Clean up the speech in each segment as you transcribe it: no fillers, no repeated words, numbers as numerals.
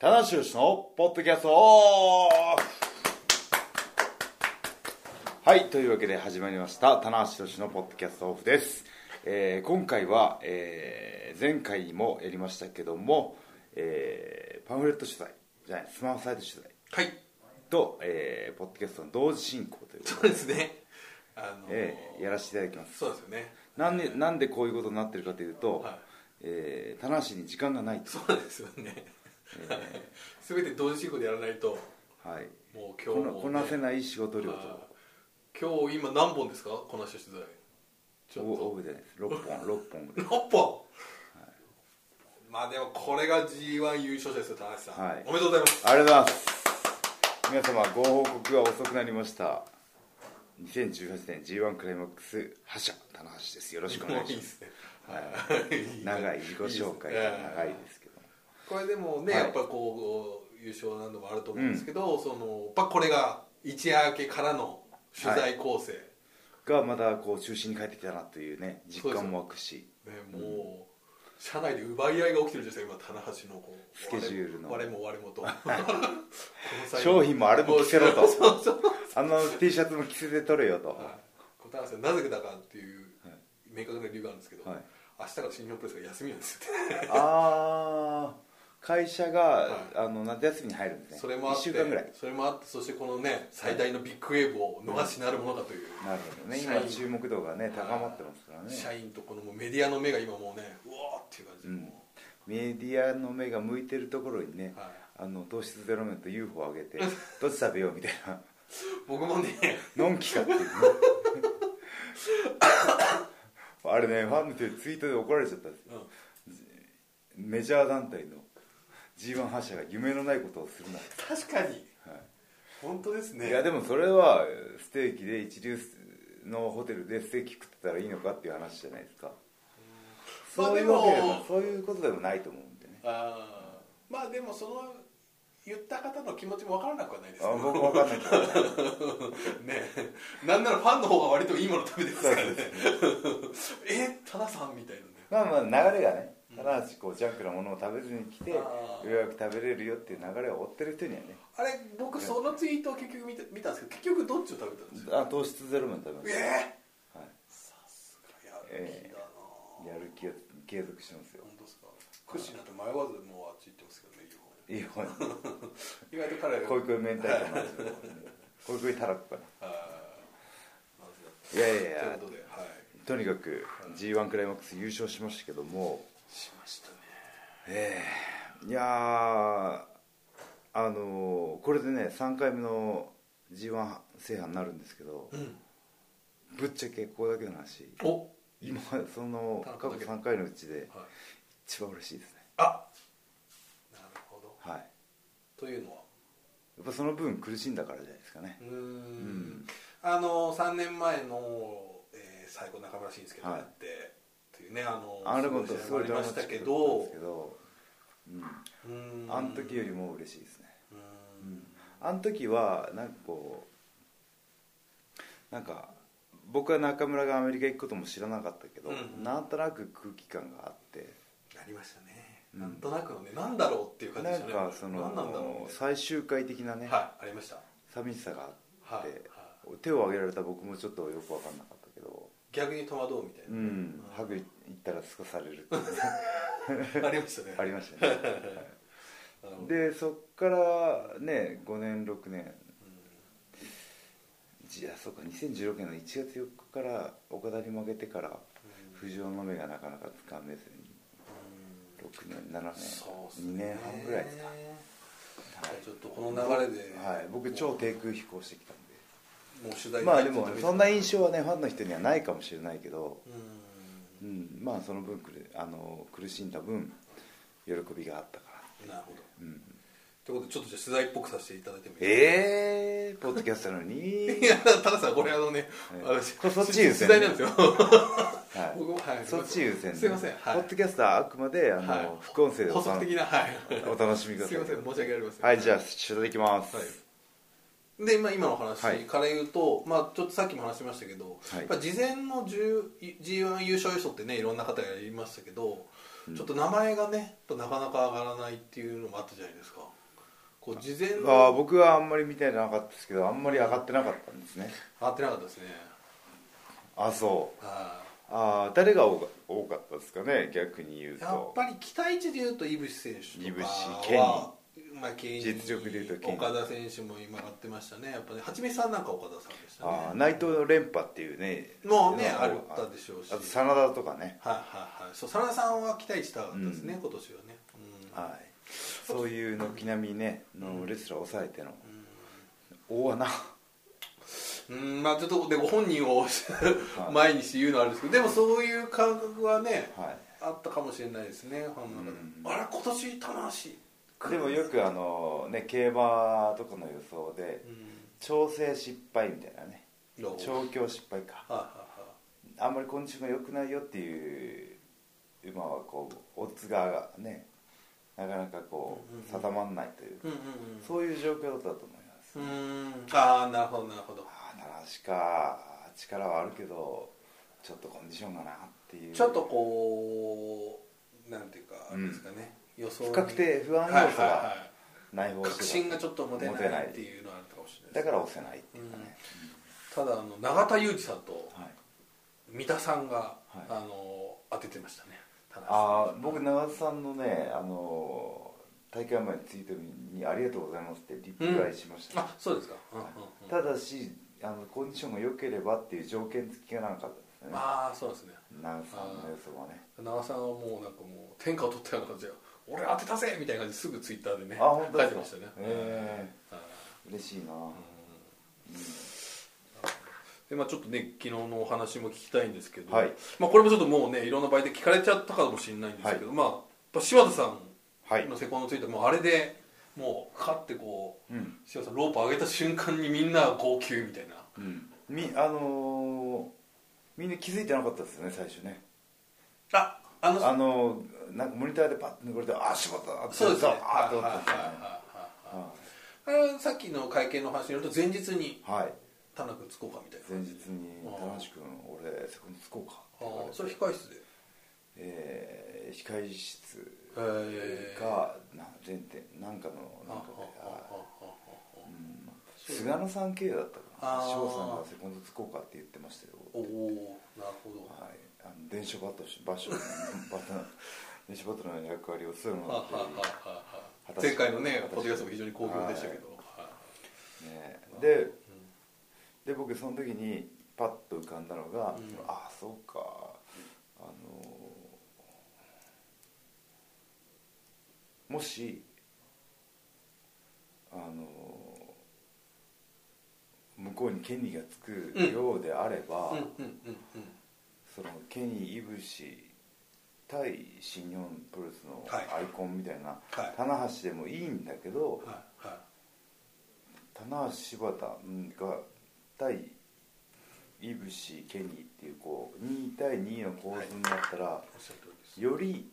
棚橋宏のポッドキャストオフ。はい、というわけで始まりました棚橋宏のポッドキャストオフです。今回は、前回もやりましたけども、パンフレット取材じゃない、スマホサイト取材と、ポッドキャストの同時進行というそうですね、 やらせていただきます。 そうですよね。 なんでこういうことになってるかというと、 はい、 棚橋に時間がないと。 そうですよね。全て同時進行でやらないと、 はい、 もう今日も、ね、 こなせない仕事量と。 今日今何本ですか、こなした取材。 ちょっと多いじゃないです。6本 6本、はい、まあでもこれが G1 優勝者ですよ、田中さん、はい、おめでとうございます。 ありがとうございます。皆様ご報告が遅くなりました。2018年 G1 クライマックス覇者棚橋です。よろしくお願いします。長い自己紹介が長いですけど、 これでもね、やっぱこう優勝何度もあると思うんですけど、やっぱこれが一夜明けからの取材構成、 がまたこう中心に帰ってきたなというね、実感も湧くし、 もう社内で奪い合いが起きてるじゃないですか、今棚橋のこうスケジュールの我もと商品もあれも着せろとあの T シャツも着せて取れよと、 棚橋さんなぜだかっていう明確な理由があるんですけど、明日から新日本プロレスが休みなんですよって会社が、夏休みに入るんですね。 それもあって、 1週間ぐらい。 それもあって、そしてこのね、最大のビッグウェーブを逃しなるものかという、 なるほどね。今注目度がね高まってますからね。 社員とこのメディアの目が今もうね、うわーっていう感じで、 メディアの目が向いてるところにね、糖質ゼロ麺と UFO をあげてどっち食べようみたいな僕もねのんきかっていうねあれね、ファンの人にツイートで怒られちゃったんですよ、メジャー団体の G1 覇者が夢のないことをするな。 確かに、本当ですね。 いやでもそれはステーキで一流のホテルでステーキ食ってたらいいのかっていう話じゃないですか。そういうことでもないと思うんでね。 まあでもその言った方の気持ちも分からなくはないですね。 僕分からないけどね、なんならファンの方が割といいもの食べてますからね。多田さんみたいなね。 まあ流れがね、棚橋こうジャンクなものを食べずに来てようやく食べれるよっていう流れを追ってる人にはね。 あれ僕そのツイートを結局見たんですけど、結局どっちを食べたんですか。 糖質ゼロ麺食べました。 さすがやる気だな。 やる気を継続してますよ。 本当ですか。クッシーなんて迷わずもうあっち行ってますけどね。 いい方に意外と彼がこいこい明太子なんですよこいこいたらこかな。いやとにかく G1 クライマックス優勝しましたけども。 しましたね。 いやこれでね3回目の G1 制覇になるんですけど、ぶっちゃけここだけの話、今その過去3回のうちで一番嬉しいですね。 なるほど。 はい。 というのはやっぱその分苦しんだからじゃないですかね。 3年前の、最後中村慎介とやってというね、 あれもすごいありましたけど、 あの時よりも嬉しいですね。あの時はなんか僕は中村がアメリカ行くことも知らなかったけど、なんとなく空気感があってありましたね。なんとなくのね、なんだろうっていう感じでしたね。 なんかその最終回的なね、 ありました。 寂しさがあって、手を挙げられた僕もちょっとよく分かんなかったけど、 逆に戸惑うみたいな。 ハグ行ったらすかされるっていうありましたね。 ありましたね。でそっからね5年6年、そうか2016年の1月4日から岡田に負けてから浮上の目がなかなかつかめずに6年7年2年半ぐらいですか。 ちょっとこの流れで、 僕超低空飛行してきたんで、 もう取材まあでもそんな印象はねファンの人にはないかもしれないけど、まあその分苦しんだ分喜びがあったから。 なるほど。ということでちょっとじゃあ取材っぽくさせていただいてもいいですか。ポッドキャストなのにいや田中さんこれそっち優先取材なんですよ。 そっち優先。 すいません。 ポッドキャストはあくまで副音声で補足的なお楽しみください。 すいません、申し訳ありません。 はい、じゃあ取材いきます。 で今の話から言うと、まあちょっとさっきも話しましたけど、やっぱ事前の G1 優勝予想ってねいろんな方がやりましたけど、 ちょっと名前がねなかなか上がらないっていうのもあったじゃないですか。こう事前の僕はあんまり見てなかったですけど、あんまり上がってなかったんですね。 上がってなかったですね。 そう誰が多かったですかね、逆に言うと。 やっぱり期待値で言うと井伏選手とかはケニー、 実力で言うとケニー、 岡田選手も今上がってましたね。やっぱね、はちみつさんなんか岡田さんでしたね。 内藤の連覇っていうね、 もうねあったでしょうし、 あと真田とかね、 そう真田さんは期待値高かったですね、今年はね、 そういう軒並みねのレスラーを抑えての大穴。 まあちょっとでご本人を前にして言うのはあるんですけど、でもそういう感覚はね、あったかもしれないですね、ファンの中で。あれ今年棚橋でもよく競馬とかの予想で、調整失敗みたいなね、調教失敗か、あんまりコンディションが良くないよっていう馬はこうオッズがねなかなかこう定まんないという、そういう状況だったと思います。 なるほどなるほど。 棚橋か力はあるけどちょっとコンディションがなっていう、 ちょっとこうなんていうかですかね、予想不確定不安要素が内包して確信がちょっと持てないっていうのはあるかもしれない。 だから押せないっていうかね。 ただ永田裕二さんと三田さんが当ててましたね。 僕永田さんのね大会前にツイートにありがとうございますってリプライしました、 そうですか。 ただしコンディションが良ければっていう条件付きがなかったですね。 そうですね。 長さんの予想はね、 長さんはもうなんかもう天下を取ったような感じで俺当てたぜみたいな感じですぐツイッターでね書いてましたね。 嬉しいな。 でちょっとね昨日のお話も聞きたいんですけど、 これもちょっともうねいろんな場合で聞かれちゃったかもしれないんですけど、柴田さんのセコンドツイートもうあれでもう勝ってこう、柴田さんロープ上げた瞬間にみんな号泣みたいな、 みんな気づいてなかったですよね最初ね。なんかモニターでパッと抜かれて柴田だってそうですね。さっきの会見の話によると前日に田中君つこうかみたいな。 前日に田中君俺セコンドつこうかって言われて、 それ控室で控室か前店なんかで菅野さん経由だったかな、志保さんがセコンドつこうかって言ってましたよ。 なるほど。 電書バトの役割をするのだって前回のねポッドキャストも非常に好評でしたけど、 で僕その時にパッと浮かんだのが、そうかもし向こうにケニーがつくようであれば、そのケニー・イブシ対新日本プロレスのアイコンみたいな、棚橋でもいいんだけど、棚橋柴田が対イブシケニーっていうこう2対2の構図になったら、より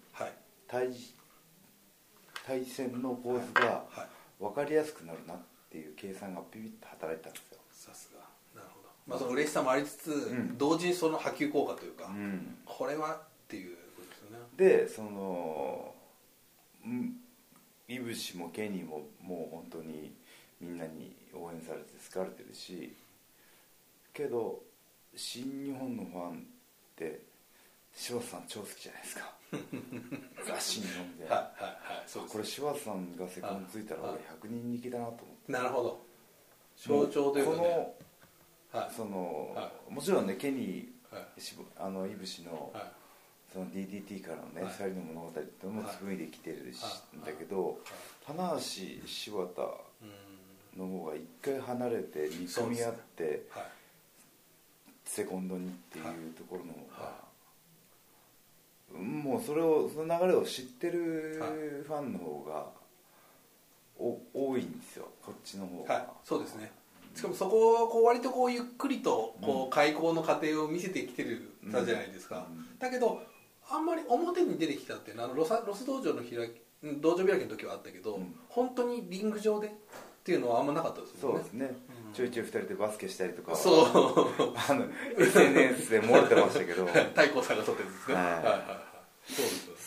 対戦の構図が分かりやすくなるなっていう計算がビビッと働いたんですよ。 さすが。なるほど。その嬉しさもありつつ、同時にその波及効果というか、これはっていうことですよね。 でそのイブシもケニーももう本当にみんなに応援されて好かれてるし、けど新日本のファンって柴田さん超好きじゃないですかザ・新日本で、これ柴田さんがセコンドついたら俺100人力だなと思って。 なるほど。象徴というかね、 もちろんねケニー、イブシのその DDT からのね、2人の物語っても紡いできてるんだけど、棚橋柴田の方が一回離れて憎み合って、セコンドにっていうところの方が、もうその流れを知ってるファンの方が多いんですよ、こっちの方が。 そうですね。しかもそこをこう割とこうゆっくりとこう開口の過程を見せてきてるじゃないですか。だけどあんまり表に出てきたっていうのはロス道場の道場開きの時はあったけど、本当にリング上でっていうのはあんまなかったですよね。 そうですね。ちょいちょい2人でバスケしたりとか、 そう SNS で漏れてましたけど太閤さんが撮ってるんですね。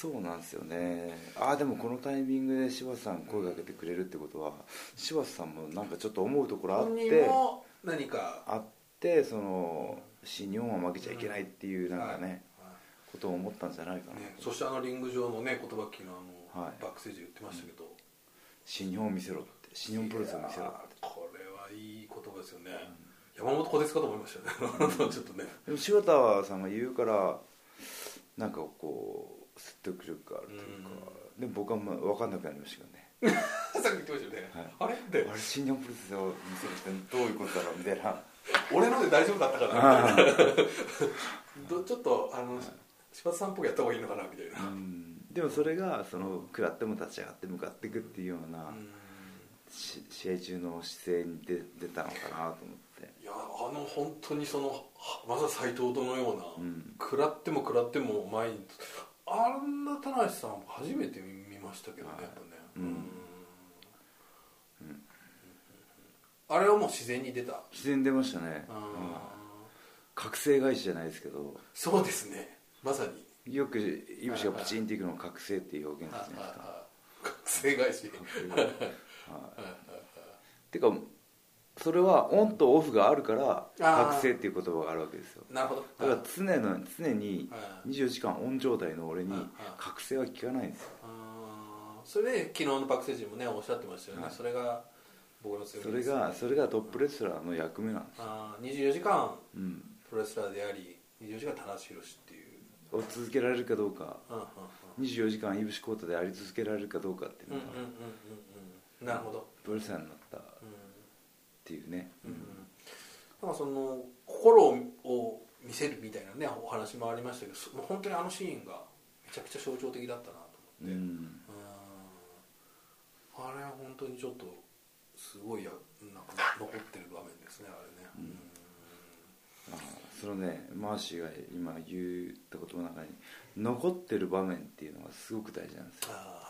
そうなんですよね。でもこのタイミングで柴田さん声かけてくれるってことは、柴田さんもなんかちょっと思うところあっ本人ても何かその新日本は負けちゃいけないっていうなんかね、ことを思ったんじゃないかな、 そしてリング上のね言葉機のはいバックステージ言ってましたけど、 新日本を見せろって、新日本プロレスを見せろって。 これはいい言葉ですよね、山本小鉄かと思いましたよねちょっとね。 でも柴田さんが言うからなんかこう説得力があるというか、でも僕は分かんなくなりましたけどねさっき言ってましたよね、 はい、 あれ新日本プロレスを見せるってどういうことだろうみたいな俺ので大丈夫だったかなみたいなちょっと柴田さんっぽくやった方がいいのかなみたいな、 でもそれがその食らっても立ち上がって向かっていくっていうような、試合中の姿勢に出たのかなと思って。 いや本当にそのまさ斎藤とのような、食らっても前にあんな田無さん初めて見ましたけどね、やっぱね、あれはもう自然に出た。 自然に出ましたね。覚醒返しじゃないですけど。 そうですね、まさによくいぶしがプチンっていくのを覚醒っていう表現ですね。 覚醒返してかそれはオンとオフがあるから覚醒っていう言葉があるわけですよ。 なるほど。 だから常に24時間オン状態の俺に覚醒は効かないんですよ。 それで昨日のバックステージもねおっしゃってましたよね、それが僕の強みです、 それがトップレスラーの役目なんですよ。 24時間プロレスラーであり24時間田無宏っていうを続けられるかどうか、24時間いぶしコートであり続けられるかどうかっていうのが、 なるほど、 プロレスラーになったっていうね、 なんかその心を見せるみたいなねお話もありましたけど、本当にシーンがめちゃくちゃ象徴的だったなと思って、あれは本当にちょっとすごいなんか残ってる場面ですね、あれね。 そのねマーシーが今言ったことの中に残ってる場面っていうのがすごく大事なんですよ。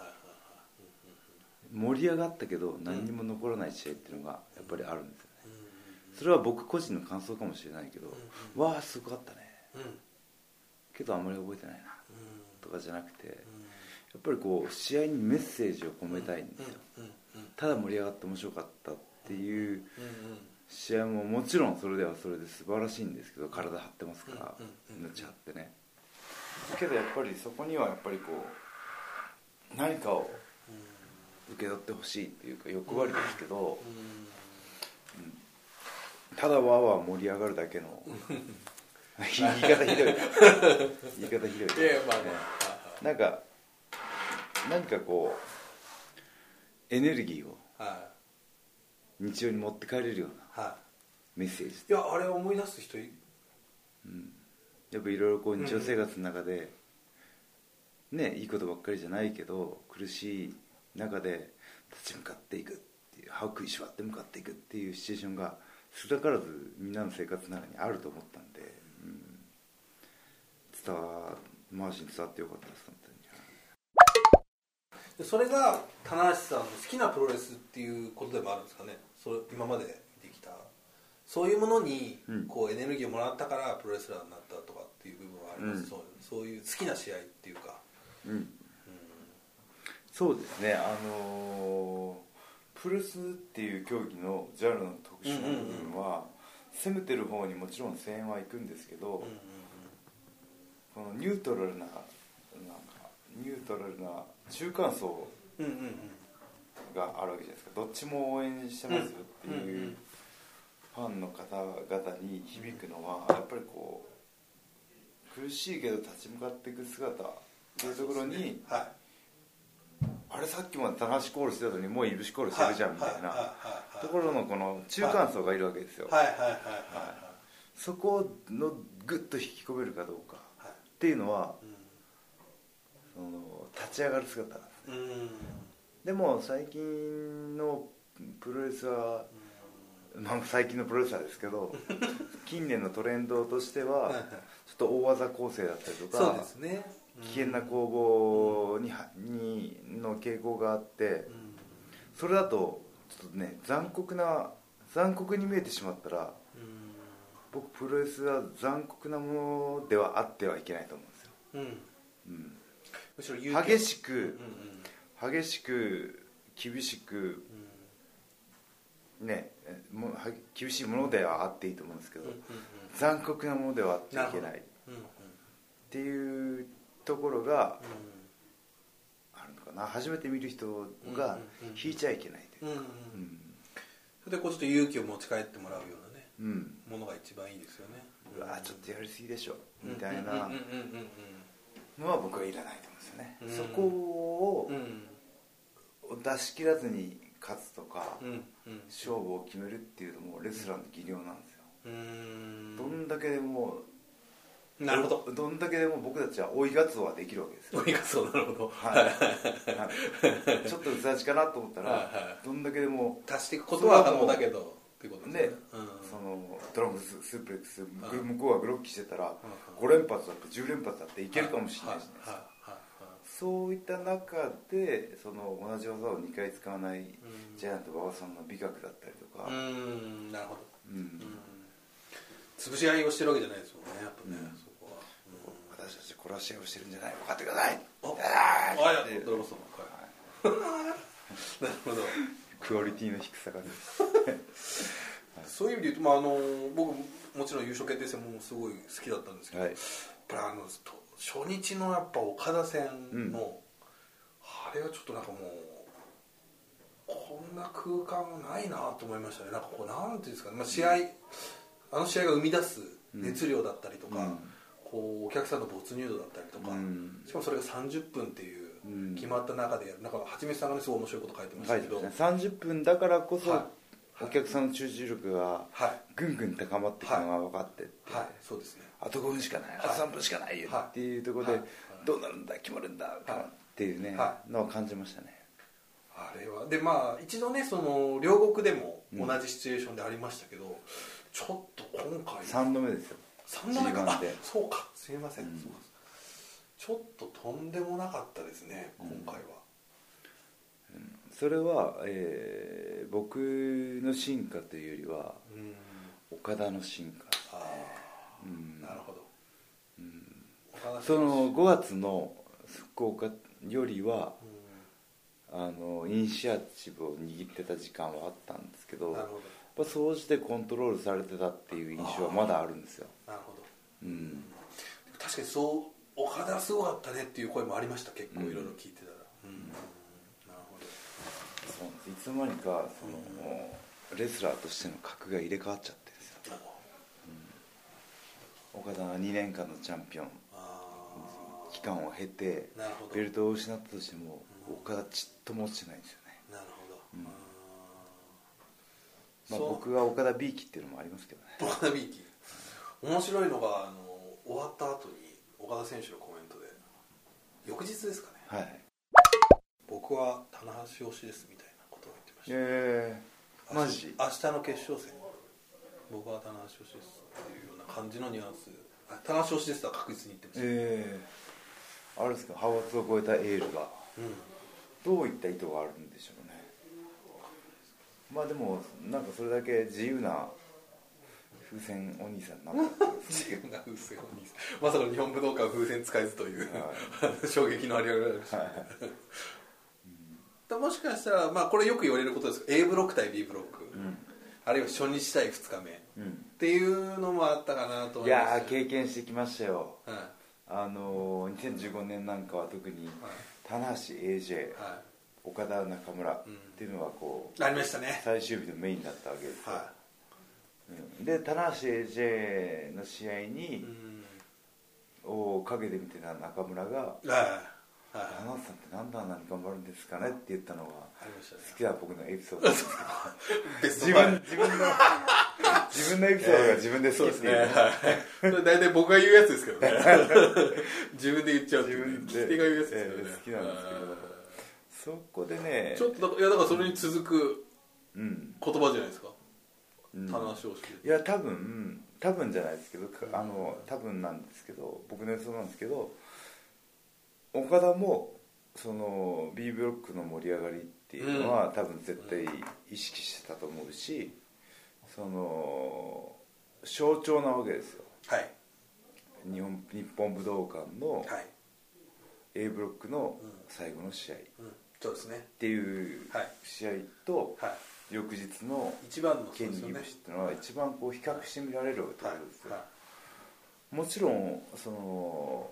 盛り上がったけど何にも残らない試合っていうのがやっぱりあるんですよね。それは僕個人の感想かもしれないけど、わあすごかったね、けどあんまり覚えてないな、とかじゃなくて、やっぱりこう試合にメッセージを込めたいんですよ。ただ盛り上がって面白かったっていう試合ももちろんそれではそれで素晴らしいんですけど、体張ってますから命張ってね、けどやっぱりそこにはやっぱりこう何かを受け取ってほしいっていうか欲張りですけど、ただわーわー盛り上がるだけの言い方ひどいなんか何かこうエネルギーを日常に持って帰れるようなメッセージ、 いやあれ思い出す人やっぱいろいろこう日常生活の中でね、いいことばっかりじゃないけど苦しい中で立ち向かっていくっていう、歯を食いしばって向かっていくっていうシチュエーションが少なからずみんなの生活の中にあると思ったんで、マーシーに伝わってよかったです本当に。 それが棚橋さんの好きなプロレスっていうことでもあるんですかね。今まで見てきたそういうものにこうエネルギーをもらったからプロレスラーになったとかっていう部分はあります、そういう好きな試合っていうか、 そうですね、プロレスっていう競技のジャンルの特殊な部分は、攻めてる方にもちろん声援は行くんですけど、このニュートラルな中間層があるわけじゃないですか。どっちも応援してますよっていうファンの方々に響くのはやっぱりこう苦しいけど立ち向かっていく姿っていうところに、あれさっきまで棚橋コールしてたのにもういぶしコールしてるじゃんみたいなところのこの中間層がいるわけですよ。そこのグッと引き込めるかどうかっていうのは、その立ち上がる姿なんですね。でも最近のプロレスは、最近のプロレスラーですけど近年のトレンドとしてはちょっと大技構成だったりとか、 そうですね、 危険な攻防の傾向があって、それだとちょっとね残酷に見えてしまったら、僕プロレスは残酷なものではあってはいけないと思うんですよ。 むしろ勇気激しく、激しく厳しく、ね、厳しいものではあっていいと思うんですけど、残酷なものではあってはいけない、っていうところがあるのかな。初めて見る人が引いちゃいけないというか、 それでこうちょっと勇気を持ち帰ってもらうようなね、ものが一番いいですよね。 うわちょっとやりすぎでしょみたいなのは僕はいらないと思うんですよね。そこを出し切らずに勝つとか、勝負を決めるっていうのもレスラーの技量なんですよ。どんだけでもなるほど。 どんだけでも僕たちは追いガツオはできるわけですよ。 追いガツオ、なるほど。 ちょっと薄味かなと思ったら、どんだけでも足していくことは可能だけどっていうことですね。 そのドラゴンスープレックス、向こうがグロッキーしてたら5連発だって10連発だっていけるかもしれないしね。そういった中でその同じ技を2回使わないジャイアント馬場さんの美学だったりとか、 なるほど。潰し合いをしてるわけじゃないですもんね、やっぱね、そこは。 私たち殺し合いをしてるんじゃない、分かってください。 ドラゴンソン。なるほど。 クオリティの低さがね。 そういう意味で言うと、僕もちろん優勝決定戦もすごい好きだったんですけど、やっぱり初日のやっぱ岡田戦の、あれはちょっとなんかもうこんな空間はないなと思いましたね。なんかこうなんていうんですかね、試合が生み出す熱量だったりとか、こうお客さんの没入度だったりとか、しかもそれが30分っていう決まった中でやる。なんかはちみつさんがねすごい面白いこと書いてましたけど、 30分だからこそ、お客さんの集中力がぐんぐん高まっていくのが分かってって、 そうですね、 あと5分しかない、あと3分しかないよっていうところで、どうなるんだ決まるんだっていうね、のを感じましたね。 あれはで一度ねその両国でも同じシチュエーションでありましたけど、ちょっと今回 3度目ですよ。 3度目か。そうか、すいません、ちょっととんでもなかったですね今回は。 それは、僕の進化というよりは、岡田の進化ですね。 なるほど。その5月の福岡よりは、イニシアチブを握ってた時間はあったんですけど、総じてコントロールされてたっていう印象はまだあるんですよ。 なるほど。確かにそう岡田すごかったねっていう声もありました。結構いろいろ聞いてたら。 そうなんです。いつの間にかその、レスラーとしての格が入れ替わっちゃってるんですよ。岡田が2年間のチャンピオン期間を経てベルトを失ったとしても、岡田ちっとも落ちてないんですよね。 なるほど。 僕は岡田 B 期っていうのもありますけどね。 岡田 B 期面白いのが終わった後に岡田選手のコメントで、翌日ですかね、僕は棚橋推しですみたいなことを言ってました。 マジ？ 明日の決勝戦僕は棚橋推しですっていうような感じのニュアンス。棚橋推しですとは確実に言ってました。 あれですか、派閥を超えたエールが、どういった意図があるんでしょうね。でもなんかそれだけ自由な風船お兄さんになったんです自由な風船お兄さん、まさか日本武道館は風船使えずという、衝撃のありがられました、もしかしたら、これよく言われることですけど A ブロック対 B ブロック、あるいは初日対2日目、っていうのもあったかなと思います。 いや経験してきましたよ、2015年なんかは特に、棚橋 AJ、岡田中村っていうのはこうありましたね。 最終日のメインだったわけですよ、で棚橋 AJ の試合に、陰で見てた中村が「棚橋さんってなんであんなに頑張るんですかね」って言ったのが好きな僕のエピソードですけど自分のエピソードが自分で好きっていう、 それ大体僕が言うやつですけどね自分で言っちゃうっていう、聞き手が言うやつですけどね、 好きなんですけど、そこでねちょっとだからそれに続く言葉じゃないですか、棚橋推し。 いや多分じゃないですけど、多分なんですけど、僕の予想なんですけど、岡田もその B ブロックの盛り上がりっていうのは、多分絶対意識してたと思うし、その象徴なわけですよ、日本武道館の、 A ブロックの最後の試合っそうですねていう試合と、 はい翌日の一番のケニー・イブシっていうのは一番こう比較してみられるところですよ、もちろんその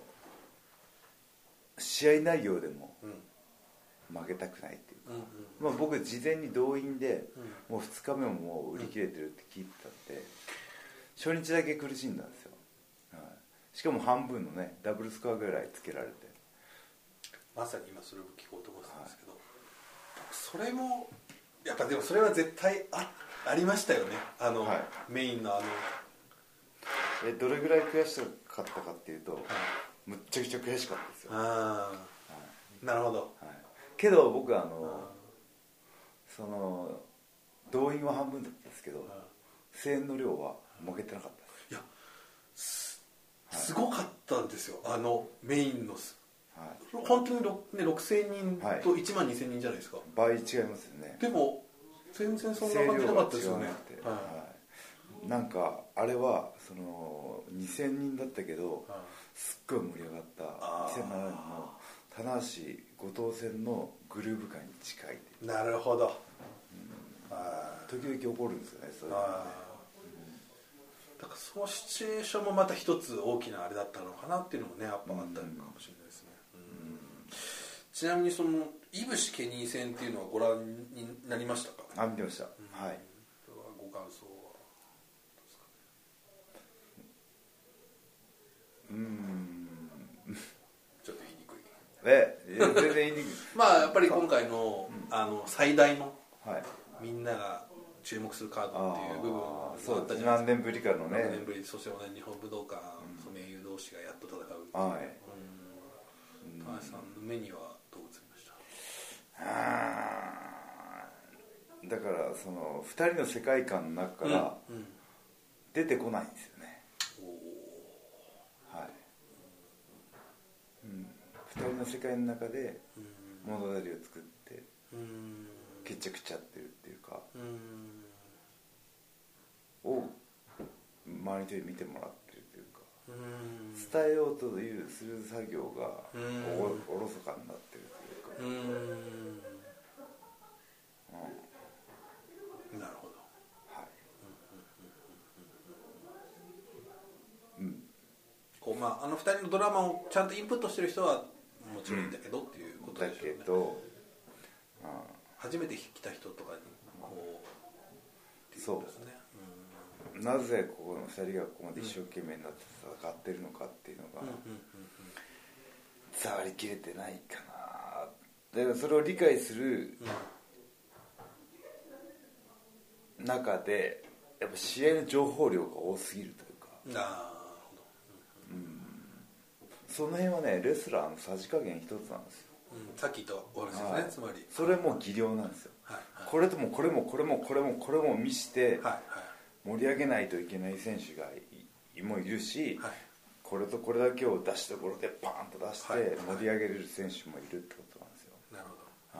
試合内容でも負けたくないっていうか、まあ、僕事前に動員でもう2日目ももう売り切れてるって聞いてたんで初日だけ苦しんだんですよ、はい、しかも半分のねダブルスコアぐらいつけられて、 まさに今それを聞こうと思ってたんですけど、それもやっぱでもそれは絶対ありましたよねメインのどれぐらい悔しかったかっていうと、むっちゃくちゃ悔しかったですよ。 なるほど、 けど僕その動員は半分だったんですけど、声援の量は負けてなかったです。 いやすごかったんですよメインの本当に6000人と1万2000人じゃないですか、 倍違いますよね。 でも全然そんな感じなかったですよね。 なんかあれはその2000人だったけど、すっごい盛り上がった2007年の棚橋後藤戦のグルーヴ感に近い。 なるほど、 時々起こるんですよね、そういうのね。 だからそのシチュエーションもまた一つ大きなあれだったのかなっていうのもねやっぱあったのかもしれないですね。ちなみにそのイブシケニー戦っていうのはご覧になりましたか？ 見てました、はい。 ご感想はどうですか？ちょっと言いにくい。 全然言いにくいまあやっぱり今回の、最大の、みんなが注目するカードっていう部分があったじゃないですか。 何年ぶりかのね。 何年ぶり、そして同じ日本武道館、盟友同士がやっと戦うっていう。田橋さんの目にはどう映りました？ だからその2人の世界観の中から出てこないんですよね、2人の世界の中で物語を作って決着しちゃってるっていうかを周りで見てもらってるというか伝えようとする作業がおろそかになってるというかなるほど、こう2人のドラマをちゃんとインプットしてる人はもちろんいいんだけどっていうことでしょうね。 だけど初めて来た人とかにこうそうですね、なぜここの2人がここまで一生懸命になって戦ってるのかっていうのが伝わりきれてないかな。だからそれを理解する中でやっぱ試合の情報量が多すぎるというか、その辺はねレスラーのさじ加減一つなんですよ、 さっき言ったお話ですね、つまりそれも技量なんですよ、これともこれもこれもこれもこれも見して盛り上げないといけない選手がもいるし、これとこれだけを出したところでパーンと出して盛り上げれる選手もいるってことなんですよ。 なるほ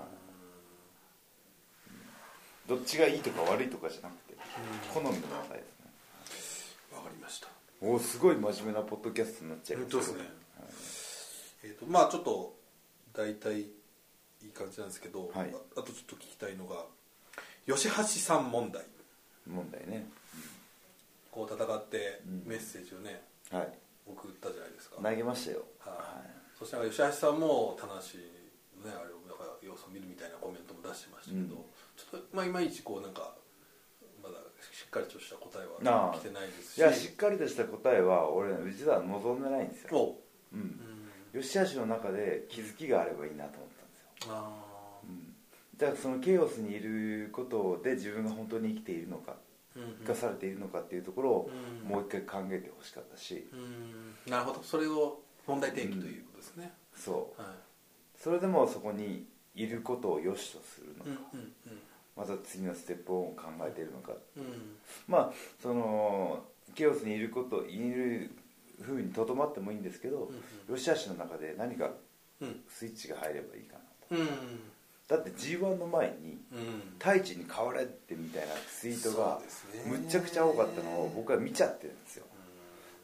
ど、どっちがいいとか悪いとかじゃなくて好みの問題ですね。 わかりました。 すごい真面目なポッドキャストになっちゃいました。 ですね。まあちょっと大体いい感じなんですけど、あとちょっと聞きたいのが吉橋さん問題ね、 こう戦ってメッセージをね、送ったじゃないですか。 投げましたよ。 そしたら吉橋さんも田無のねあれをだから様子を見るみたいなコメントも出してましたけど、ちょっといまいちこうなんかまだしっかりとした答えは来てないですし、 いやしっかりとした答えは俺実は望んでないんですよ。吉橋の中で気づきがあればいいなと思ったんですよ。じゃあそのケイオスにいることで自分が本当に生きているのか、生かされているのかっていうところをもう一回考えてほしかったし、 なるほど、それを問題提起ということですね。 そう、それでもそこにいることを良しとするのか、また次のステップを考えているのか、まあそのケイオスにいる風にとどまってもいいんですけど、吉橋の中で何かスイッチが入ればいいかなと、だって G1 の前に太一に変われってみたいなツイートがむちゃくちゃ多かったのを僕は見ちゃってるんですよ。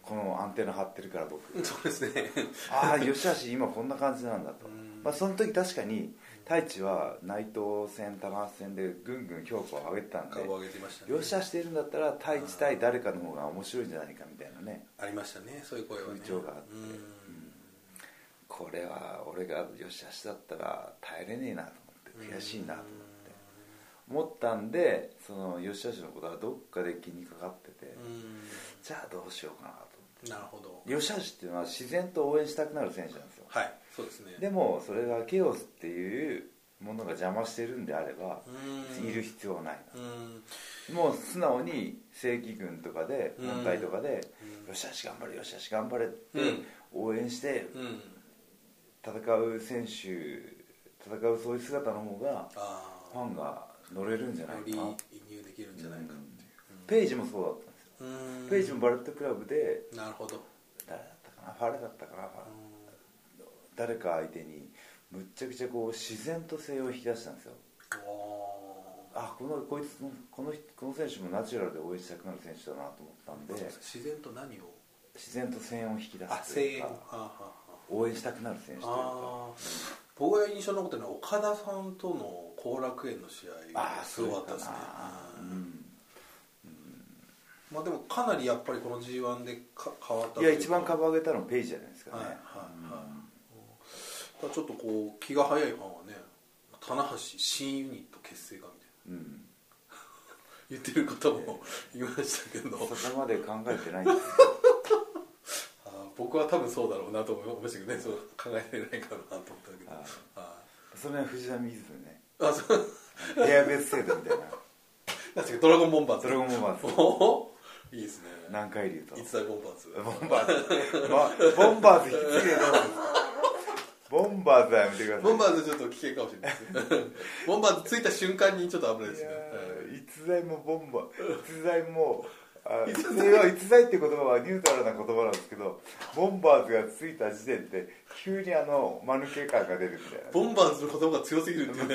このアンテナ張ってるから僕そうですねああ吉橋今こんな感じなんだと、まあ、その時確かに太一は内藤戦高橋戦でぐんぐん評価を上げてたんで、 株を上げてましたね、 吉橋しているんだったら太一対誰かの方が面白いんじゃないかみたいなねありましたね、そういう声はね、 風潮があって、これは俺が吉橋だったら耐えれねえなと思って悔しいなと思ったんで、その吉橋のことはどっかで気にかかってて、じゃあどうしようかなと思って。 なるほど。 吉橋っていうのは自然と応援したくなる選手なんですよ。 はい、そうですね。 でもそれがケイオスっていうものが邪魔してるんであればいる必要はないな。もう素直に正規軍とかで反対とかで吉橋頑張れ吉橋頑張れって応援して戦う選手、戦うそういう姿の方がファンが乗れるんじゃないかな。 より移入できるんじゃないかっていう。 ペイジもそうだったんですよ。ペイジもバレットクラブでなるほど。 誰だったかな、ファレだったかな、誰か相手にむっちゃくちゃこう自然と性を引き出したんですよ。あ、この選手もナチュラルで応援したくなる選手だなと思ったんで、 自然と何を、 自然と声援を引き出すというか、 応援したくなる選手というか。 僕が印象に残ってるのは岡田さんとの後楽園の試合、すごかったですね。まあでもかなりやっぱりこの G1 で変わったというか、 いや一番株上げたのペイジじゃないですかね。 ちょっとこう気が早いファンはね、棚橋新ユニット結成かみたいな、言ってる方もいましたけど、 そこまで考えてないんですよ僕は多分そうだろうなと思いましたけどね、そう考えてないかなと思ったけど、 それは藤田水野ね、 そうエアベース制度みたいななんですか、ドラゴンボンバーズ、 ドラゴンボンバーズいいですね、 南海竜と逸材ボンバーズ、 ボンバーズ引き継いでどうするボンバーズはやめてください。 ボンバーズちょっと危険かもしれないですボンバーズついた瞬間にちょっと危ないですね。 逸材もボンバー逸材も逸材って言葉はニュートラルな言葉なんですけど、ボンバーズがついた時点で急に間抜け感が出るみたいな。 ボンバーズの言葉が強すぎるっていうね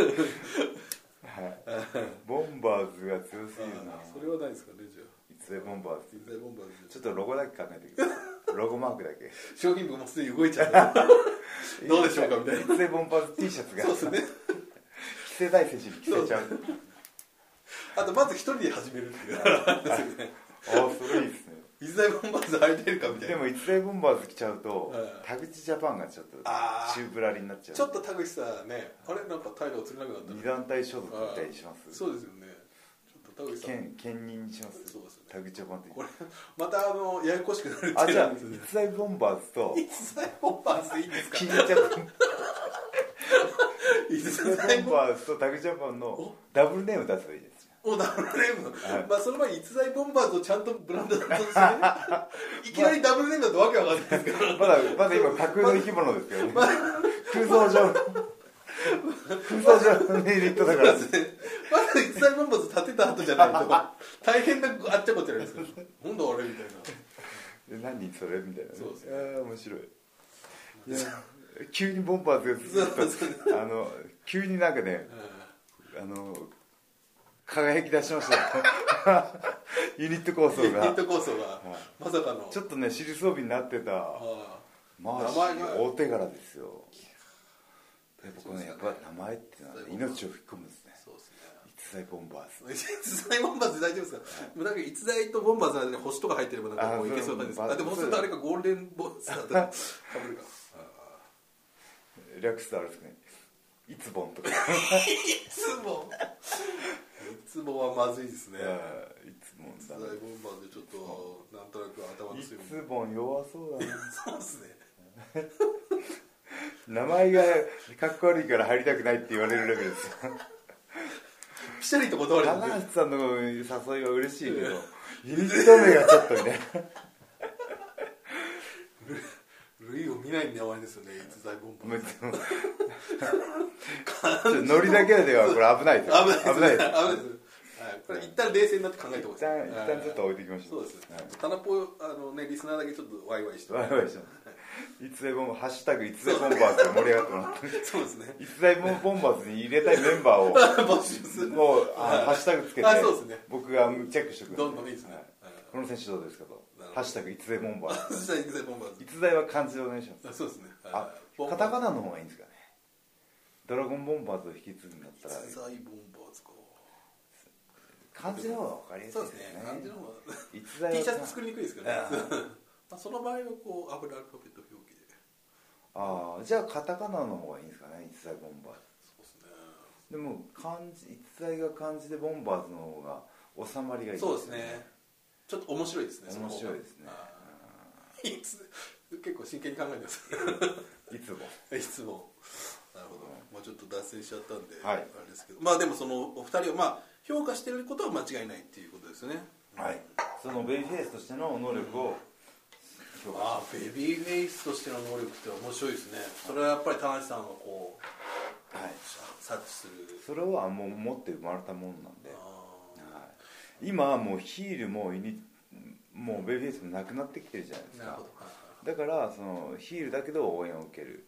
ボンバーズが強すぎるな。 それはないですかね。じゃあ逸材ボンバーズ、 逸材ボンバーズ、 ちょっとロゴだけ考えてくださいロゴマークだけ商品部もすでに動いちゃったどうでしょうかみたいな。 逸材ボンバーズ T シャツがそうですね、 着せたい選手に着せちゃうあとまず一人で始めるっていうそれいいですね。 逸材ボンバーズ履いてるかみたいな。 でも逸材ボンバーズ着ちゃうと田口ジャパンがちょっとチューブラリになっちゃう。 ちょっと田口さんね、あれなんか態度映れなくなった二団体所属みたいにします。 そうですよね。ちょっと田口さん兼任にします。 そうですね、 田口ジャパンってこれまたややこしくなるっていう。 じゃあ逸材ボンバーズと逸材ボンバーズでいいですか。 金ジャパン逸材ボンバーズと田口ジャパンのダブルネーム出せばいいです。 ダブルネーム、まあその前に逸材ボンバーズをちゃんとブランドだったんですよねいきなりダブルネームだとわけわかんないですけどまだ今架空の生き物ですけどね空想上のユニットだからまだ逸材ボンバーズ立てた後じゃないと大変なあっちゃこっちゃないですか。なんだあれみたいな、 何それみたいなね。 そうですね、 面白い。いや急にボンバーズがずっと急になんかね輝き出しましたよユニット構想がまさかのちょっとね尻装備になってたまあ大手柄ですよ。やっぱこのやっぱ名前っていうのは命を吹き込むんですね。 そうですね、 逸材ボンバーズ。 逸材ボンバーズ大丈夫ですか。もうなんか逸材とボンバーズの間に星とか入ってればなんかもういけそうな感じです。でもそうするとあれかゴールデンボンバーズだったらかぶるか略すとあれですね、いつボンとかいつもはまずいですね。 いつボンだね。ボンバーズでちょっとなんとなく頭のいつボン弱そうだなそうですね名前がかっこ悪いから入りたくないって言われるレベルですよピシャリと断れる。 棚橋さんの誘いは嬉しいけどユニット名がちょっとね類を見ない名前ですよね、逸材ボンバーズノリだけではこれ危ないですよ。危ないです。 これ一旦冷静になって考えてます。 一旦ちょっと置いてきましょう。 そうです。タナポリスナーだけちょっとワイワイして。 ワイワイして。逸材ボンバーズハッシュタグ逸材ボンバーズが盛り上がってもらって。 そうですね。 逸材ボンバーズに入れたいメンバーを募集する。 もうハッシュタグつけて。 そうですね。 僕がチェックしておく。 どんどんいいですね。 この選手どうですかとなるほどハッシュタグ逸材ボンバーそしたら逸材ボンバーズ逸材は漢字でお願いします。 そうですね、 あ、カタカナの方がいいんですかね。ドラゴンボンバーズを引き継ぐんだったら逸材ボンバーズか漢字の方が分かりやすいそうでね。 ですすね漢字の方が逸材 T はシャツ作りにくいですけどねあまあその場合はこうアルファベット表記であー、じゃあカタカナの方がいいんですかね、逸材ボンバーズ。 そうですねでも漢字逸材が漢字でボンバーズの方が収まりがいいそうですねちょっと面白いですね面白いですね。 いつ結構真剣に考えてますいつもいつもなるほど、まあ、ちょっと脱線しちゃったんで、 はい、 あれですけどまあでもそのお二人をまあ評価していることは間違いないっていうことですよねはい、そのベイビーフェイスとしての能力を評価ああベビーフェイスとしての能力って面白いですねそれはやっぱり田中さんがこう、 はい、 察知するそれはもう持って生まれたものなんで、はい、今はもうヒールももうベイビーフェイスもなくなってきてるじゃないですか。だからそのヒールだけど応援を受ける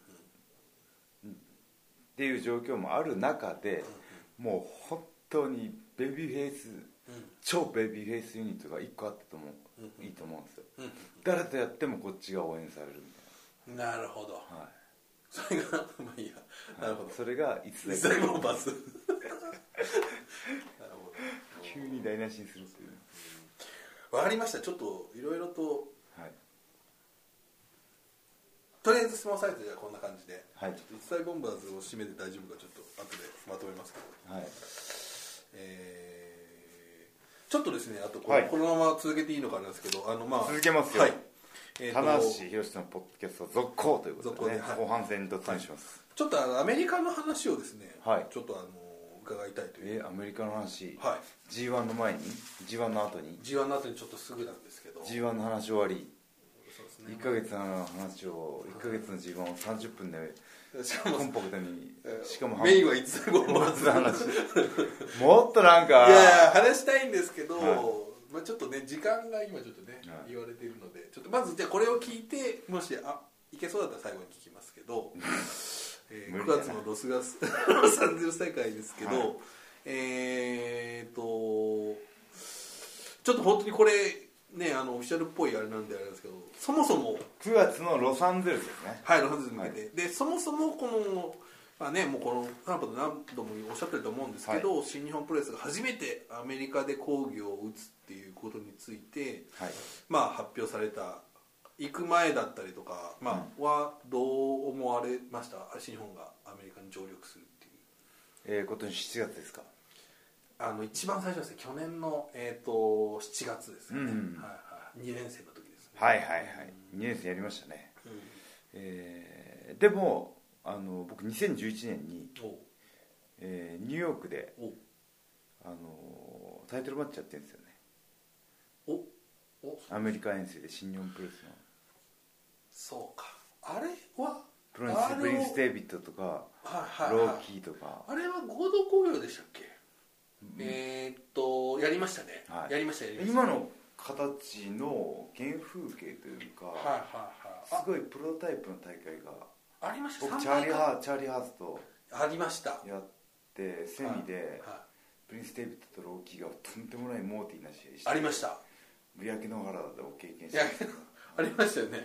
っていう状況もある中で、もう本当にベビーフェイス、超ベビーフェイスユニットが1個あったと思う、いいと思うんですよ、誰とやってもこっちが応援されるみたいな。 なるほど、はい、それがまあいいや、なるほど、 それがいつだいぶバスなるほど急に台無しにするっていう。 わかりました。ちょっといろいろと、 はい、 とりあえず質問サイトじゃこんな感じで、 はい、 ちょっと一切ボンバーズを締めて大丈夫かちょっと後でまとめますけど、 はい、 ちょっとですねあとはい、 このまま続けていいのかなんですけどまあ、 続けますよ、はい、棚橋宏のポッドキャスト続行ということでね、後半戦に突入します、 ちょっとアメリカの話をですね、 はい、 ちょっと伺いたいという。 アメリカの話、 はい、 G1 の前に G1 の後に G1 の後にちょっとすぐなんですけど G1 の話終わり、 そうですね、 1ヶ月の話を1ヶ月の G1 を30分でコンパクトに、しかもメインはいつでも話もっとなんかいや話したいんですけど、 はい、 まあ、ちょっとね時間が今ちょっとね、はい、言われているのでちょっとまずじゃあこれを聞いてもしいけそうだったら最後に聞きますけど9月のロサンゼルス大会ですけど、はい、ちょっと本当にこれねオフィシャルっぽいあれなんであれですけど、そもそも 9月のロサンゼルスですね。 はい、ロサンゼルスに向けて、はい、でそもそもこのまあね、もうこの何度もおっしゃってると思うんですけど、はい、新日本プロレスが初めてアメリカで興行を打つっていうことについて、はい、まあ発表された行く前だったりとか、まあはどう思われました？新日本がアメリカに上陸するっていう。 今年7月ですか。 一番最初ですね、去年の7月ですよね。はいはい、2年生の時ですね。 はいはいはい。2年生やりましたね。でも僕2011年に、ニューヨークでタイトルマッチやってるんですよね。アメリカ遠征で新日本プロレスの。そうか。あれはプリンス・デイビッドとか、ローキーとか。 あれは合同興行でしたっけ？やりましたね。やりました。 今の形の原風景というか、すごいプロトタイプの大会がありました。 僕チャーリー・ハースとありましたやってセミでプリンス・デイビッドとローキーがとんでもないモーティーな試合してありました。 焼け野原でを経験してありましたよね。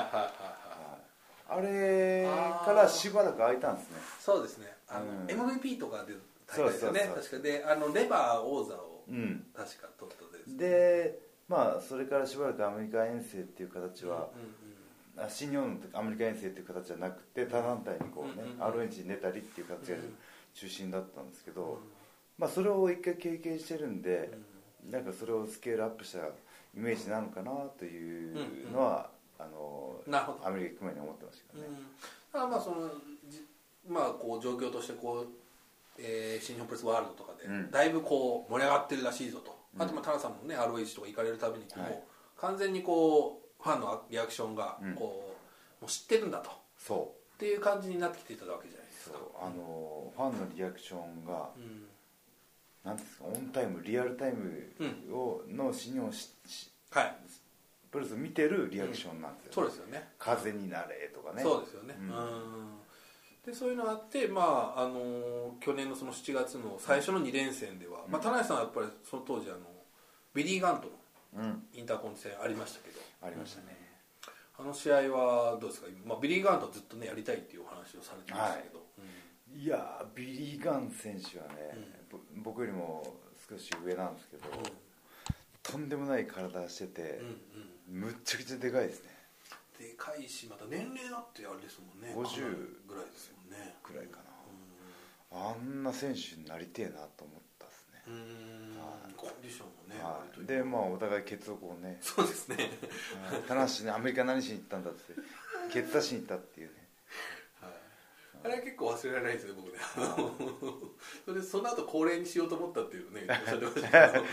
あれからしばらく空いたんですね。 そうですね。MVP とかで大会ですよね。確かでレバー王座を確か取ったです。 でまあそれからしばらくアメリカ遠征っていう形は新日本のアメリカ遠征っていう形じゃなくて他団体にこうね ROH に出たりっていう形が中心だったんですけど、まあそれを一回経験してるんで、なんかそれをスケールアップしたイメージなのかなというのはアメリカ行く前に思ってましたけどね。 だからまあそのまあこう状況としてこう新日本プロレスワールドとかでだいぶこう盛り上がってるらしいぞと、あと田中さんもね ROH とか行かれるたびにこう完全にこうファンのリアクションがこうもう知ってるんだとっていう感じになってきていたわけじゃないですか。 ファンのリアクションがなんですか、オンタイムリアルタイムの新日本プロレスを見てるリアクションなんですよね。 そうですよね。 風になれとかね。 そうですよね。でそういうのがあって、まあ去年のその7月の最初の2連戦では、まあ、田中さんはやっぱりその当時ビリー・ガントのインターコンチ戦ありましたけど、 ありましたね、 あの試合はどうですか？ビリー・ガンとずっとねやりたいっていうお話をされてましたけど、 いやビリー・ガン選手はね、僕よりも少し上なんですけど、とんでもない体してて、むっちゃくちゃでかいですね。 でかいし、また年齢だってあれですもんね、 50 ぐらいですもんね、 くらいかな、あんな選手になりてえなと思ったですね。 コンディションもね、 はい、でお互いケツをこうね、 そうですね、 棚橋ね、アメリカ何しに行ったんだってケツ出しに行ったっていうね、 あれは結構忘れられないですね、僕ね。その後恒例にしようと思ったっていうね、おっしゃってましたけど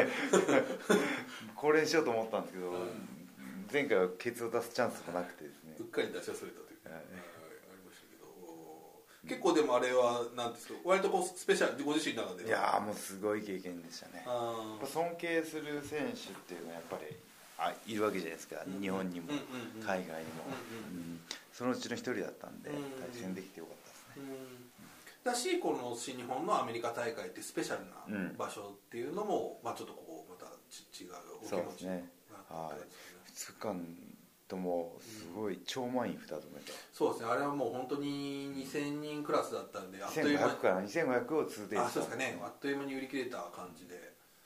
恒例にしようと思ったんですけど、前回はケツを出すチャンスもなくてですね、 うっかり出し忘れたという、ありましたけど、結構でもあれはなんですか、割とこうスペシャル、ご自身の中では。 いやもうすごい経験でしたね。尊敬する選手っていうのはやっぱりいるわけじゃないですか、日本にも海外にも、そのうちの一人だったんで、対戦できてよかったですね。 だし、この新日本のアメリカ大会ってスペシャルな場所っていうのも、ちょっとこうまた違うお気持ちになって 2日間ともすごい超満員2つ目で、 そうですね、あれはもう本当に2000人クラスだったんで、あっという間に 2500を通底した、 そうですかね、あっという間に売り切れた感じで、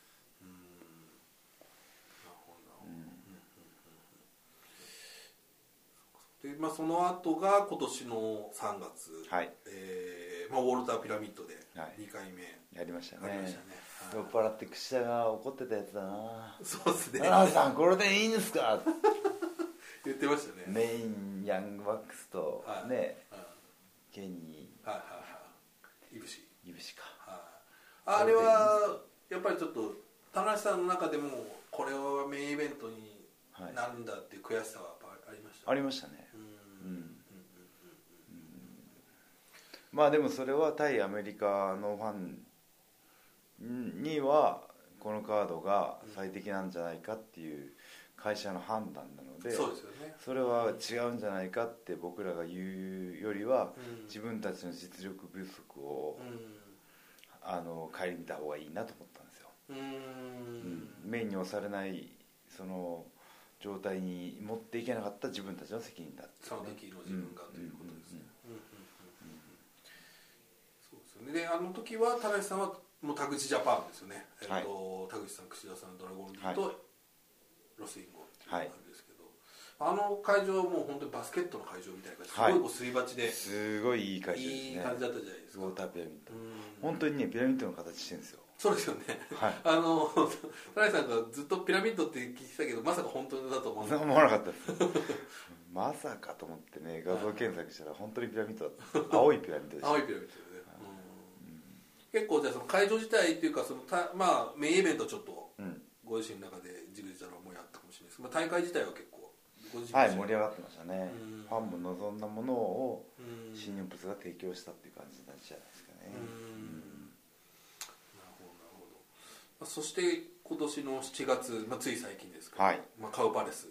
で、その後が今年の3月、ウォルターピラミッドで2回目、 やりましたね。酔っ払って櫛田が怒ってたやつだな。 そうですね、 七橋さんこれでいいんですか言ってましたね。 メインヤングバックスとね、ケニー、いぶしか、 あれはやっぱりちょっと田中さんの中でもこれはメインイベントになるんだっていう悔しさはありました。 ありましたね。まあでもそれは対アメリカのファンにはこのカードが最適なんじゃないかっていう会社の判断なので、 そうですよね、 それは違うんじゃないかって僕らが言うよりは、自分たちの実力不足を顧みた方がいいなと思ったんですよ。メインに押されないその状態に持っていけなかった自分たちの責任だって、 その時の自分がということですね。そうですよね。で、あの時は田中さんはもう田口ジャパンですよね、田口さん、櫛田さん、ドラゴンディとロスインゴなんですけど、あの会場はもう本当にバスケットの会場みたいな感じで、すごいこうすり鉢ですごいいい会場ですね。 いい感じだったじゃないですか。 ウォーターピラミッド、本当にねピラミッドの形してるんですよ。 そうですよね、田中さんがずっとピラミッドって聞いてたけど、まさか本当だと思わなかったですまさかと思ってね、画像検索したら本当にピラミッドだった。青いピラミッドでした。 青いピラミッドですね。結構じゃあその会場自体っていうか、そのメインイベントちょっとご自身の中でじぐじたらもやったかもしれないですけど、大会自体は結構ご自身盛り上がってましたね。ファンも望んだものを新日本プロレスが提供したっていう感じなんじゃないですかね。 なるほど。そして今年の7月、つい最近ですけど、カウパレス、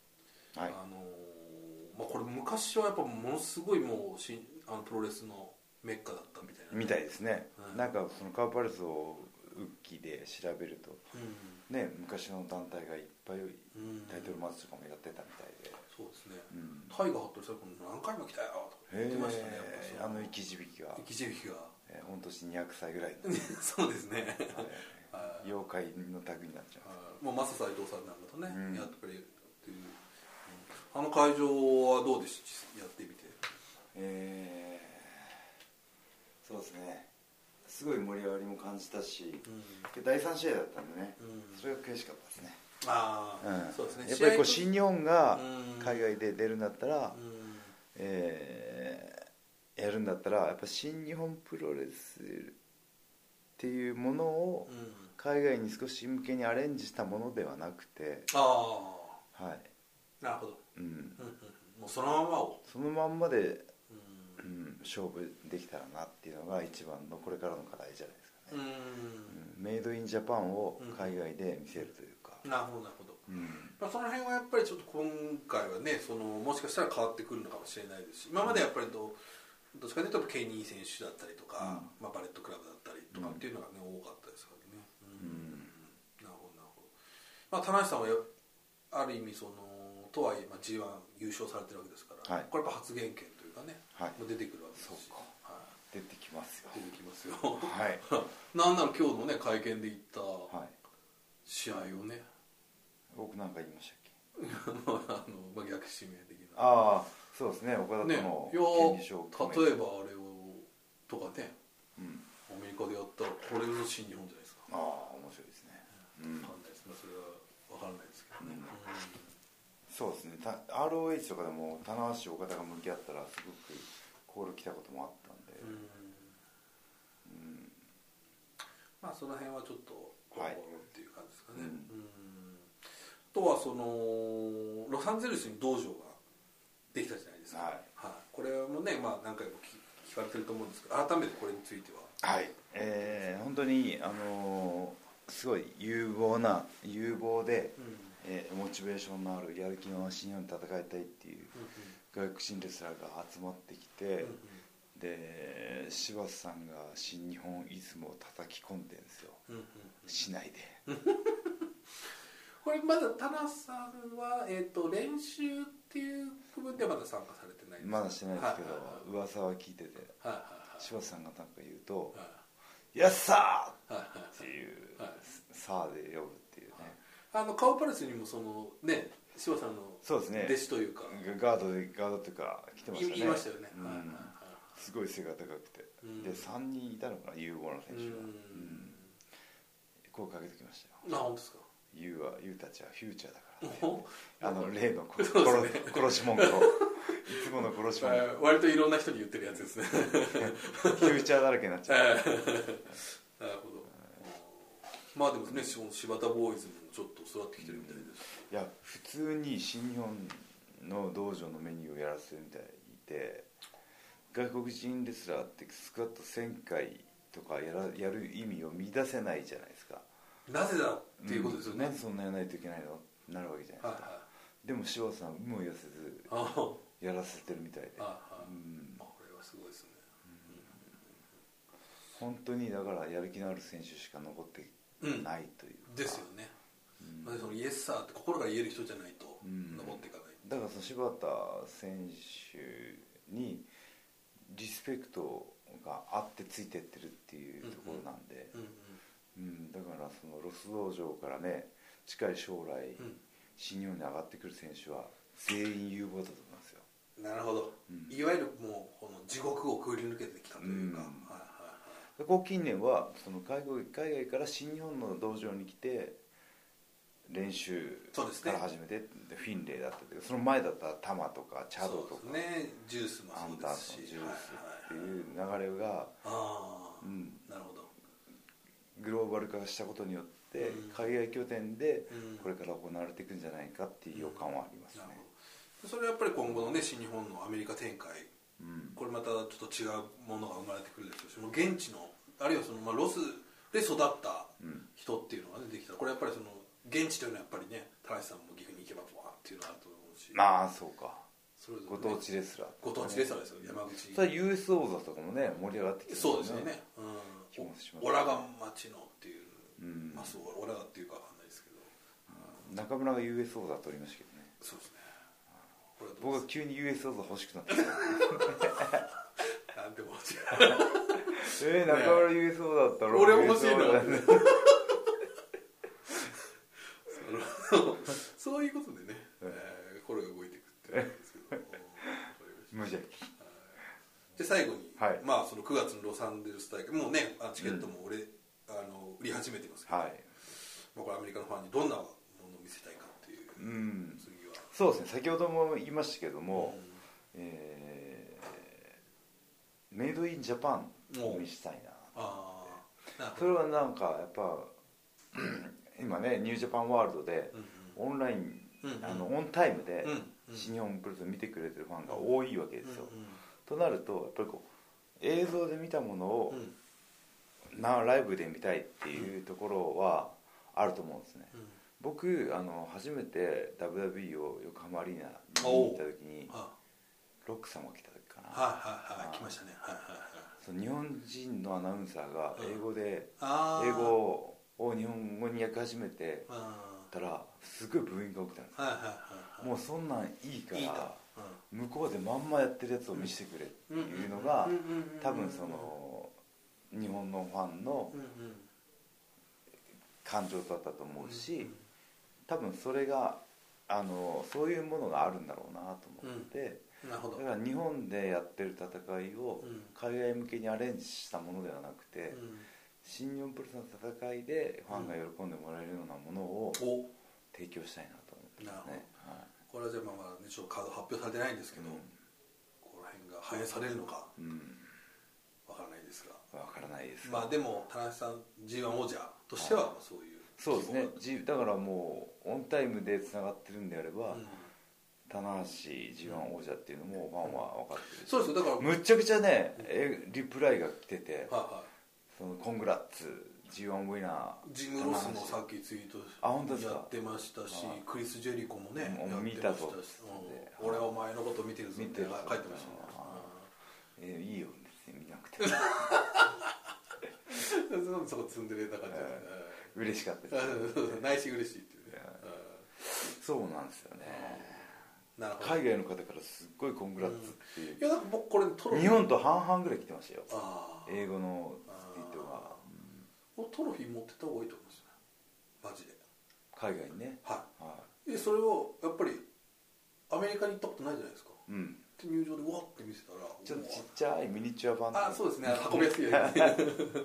これ昔はやっぱものすごいもうプロレスのメッカだったみたいですね。なんかそのカウパレスをウッキーで調べると、昔の団体がいっぱいタイトルマッチとかもやってたみたいで、 そうですね、タイガー・ハットリさん何回も来たよとか言ってましたね。 生き字引きが御年200歳ぐらいのそうですね妖怪のタグになっちゃう。 もうマサ斎藤さんなんかとね、やってくれるっていう、あの会場はどうでしたやってみて。 そうですね、すごい盛り上がりも感じたし、第3試合だったんでね、それが悔しかったですね。 そうですね、 やっぱりこう新日本が海外で出るんだったら、やるんだったらやっぱ新日本プロレスっていうものを海外に少し向けにアレンジしたものではなくて、 なるほど、もうそのまんまで勝負できたらなっていうのが一番のこれからの課題じゃないですかね。メイドインジャパンを海外で見せるというか。 なるほどなるほど。その辺はやっぱりちょっと今回はね、もしかしたら変わってくるのかもしれないですし、今までやっぱりどっちかというとケニー選手だったりとか、バレットクラブだったりとかっていうのがね、多かったですからね。なるほどなるほど。 まあ、田中さんはある意味とはいえ、まあ、G1 優勝されてるわけですから、 はい、 これやっぱ発言権というかね、 はい、 もう出てくるわけですし。 そうか、はい、出てきますよ。 出てきますよ。 はい。 なんなら今日のね会見で言ったはい試合をね、 僕なんか言いましたっけ？ まあ、逆指名的な。 ああ、そうですね。岡田との権利書をね、例えばあれをとかね、 うん、 アメリカでやったらこれぞ新日本じゃないですか。 ああ、面白いですね。 分かんないですね。それは分からないですけどね。 そうですね。ROH とかでも棚橋岡田が向き合ったらすごくコール来たこともあったんで、 まあその辺はちょっと今後っていう感じですかね。 はい、 あとはロサンゼルスに道場ができたじゃないですか。 はいはい、これもね、まあ何回も聞かれてると思うんですけど、改めてこれについては。 はい、本当にすごい有望で、モチベーションのあるやる気の新日本に戦いたいっていう外国人レスラーが集まってきて、で柴田さんが新日本イズムを叩き込んでるんですよ、市内で。 これまだ田中さんは、練習っていう部分ではまだ参加されてないんですか？ まだしてないですけど、噂は聞いてて、柴田さんがなんか言うと「やっさー!」っていう「さー」で呼ぶっていうね。 カウパレスにもね、柴田さんの弟子というか、 ガードっていうか来てましたね。 いましたよね。 すごい背が高くて、で3人いたのかな、有望な選手が。声かけてきましたよ。 あ、本当ですか。 ユーたちはフューチャーだからって、例の殺し文句をいつもの殺し文句割といろんな人に言ってるやつですね。 フューチャーだらけになっちゃう。 なるほど。まあでもね、柴田ボーイズもちょっと育ってきてるみたいです。 いや、普通に新日本の道場のメニューをやらせてるみたいで、外国人レスラーってスクワット1000回とかやる意味を見出せないじゃないですか。 なぜだっていうことですよね。 なぜそんなやらないといけないのなるわけじゃないですか。でも柴田さんは有無を言わせずやらせてるみたいで、これはすごいですね。 本当にだからやる気のある選手しか残ってないというか、 ですよね。イエスサーって心から言える人じゃないと残っていかない。 だから柴田選手にリスペクトがあってついてってるっていうところなんで、だからロス道場からね、近い将来、新日本に上がってくる選手は全員有望だと思いますよ。 なるほど、いわゆるもうこの地獄をくぐり抜けてきたというか、 ここ近年は海外から新日本の道場に来て練習から始めて、フィンレイだったけど、その前だったらタマとかチャドとか、 ジュースもそうですし、 ジュースっていう流れが、 なるほど、 グローバル化したことによって海外拠点でこれから行われていくんじゃないかっていう予感はありますね。 それはやっぱり今後のね、新日本のアメリカ展開、これまたちょっと違うものが生まれてくるでしょうし、もう現地のあるいはロスで育った人っていうのが、ね、できたら、これやっぱり現地というのはやっぱりね、田中さんも岐阜に行けばわーっていうのがあると思うし、 そうか、 それぞれ、 ご当地レスラー、 ご当地レスラーですよ、山口。 それは US 王座とかもね、盛り上がってきてますそうですよね。オラガ町のっていう、オラガっていうかわかんないですけど、 中村が US 王座取りましたけどね。 そうですね。 僕は急に US 王座欲しくなってきた。 なんて欲しい。 中村 US 王座だったら俺欲しいな。そういうことでね、心が動いていくっていうですけど、 無邪気。 で最後に、その9月のロサンゼルス大会、もうね、チケットも売り始めてますけど、これアメリカのファンにどんなものを見せたいかっていう、次はそうですね、先ほども言いましたけども、メイドインジャパンを見せたいなって。それはなんかやっぱ今ね、ニュージャパンワールドでオンライン、オンタイムで新日本プロレスを見てくれてるファンが多いわけですよ。となるとやっぱり映像で見たものをライブで見たいっていうところはあると思うんですね。僕初めて WWE を横浜アリーナに見に行った時にロック様が来た時かな、 来ましたね。 日本人のアナウンサーが英語を日本語に訳始めてったらすごいブーイングが起きたんですよ、 はいはいはいはい、 もうそんなんいいからいいと、 向こうでまんまやってるやつを見せてくれっていうのが多分その日本のファンの感情だったと思うし、多分それがそういうものがあるんだろうなと思って、 なるほど。 だから日本でやってる戦いを海外向けにアレンジしたものではなくて、新日本プロレスの戦いでファンが喜んでもらえるようなものを提供したいなと思ってますね。はい、 これはじゃあまあちょっとカード発表されてないんですけど、この辺が反映されるのかわからないですが、 わからないです。 まあでも田中さん G1 王者としてはそういう、 そうですね。だからもうオンタイムでつながってるんであれば、棚橋 G1 王者っていうのもファンは分かってるし、 そうですよ。だからむっちゃくちゃね、リプライが来てて、 はいはい、 そのコングラッツ G1 ウィナージム・ロスもさっきツイートやってましたし、クリス・ジェリコもねやってましたし、俺はお前のこと見てるぞって書いてましたね。 いいよ別に見なくてそこ積んでる感じですね。 嬉しかったです。 内心嬉しいっていうね。 そうなんですよね。 なるほど。 海外の方からすっごいコングラッツっていう、 いやなんか僕これトロフィー日本と半々ぐらい来てましたよ、英語のツイートが。 トロフィー持ってった方がいいと思うんですよね、マジで。 海外にね。 はい。それをやっぱりアメリカに行ったことないじゃないですか。で入場でわって見せたらちょっとちっちゃいミニチュア版。 そうですね、運びやすいやつはい。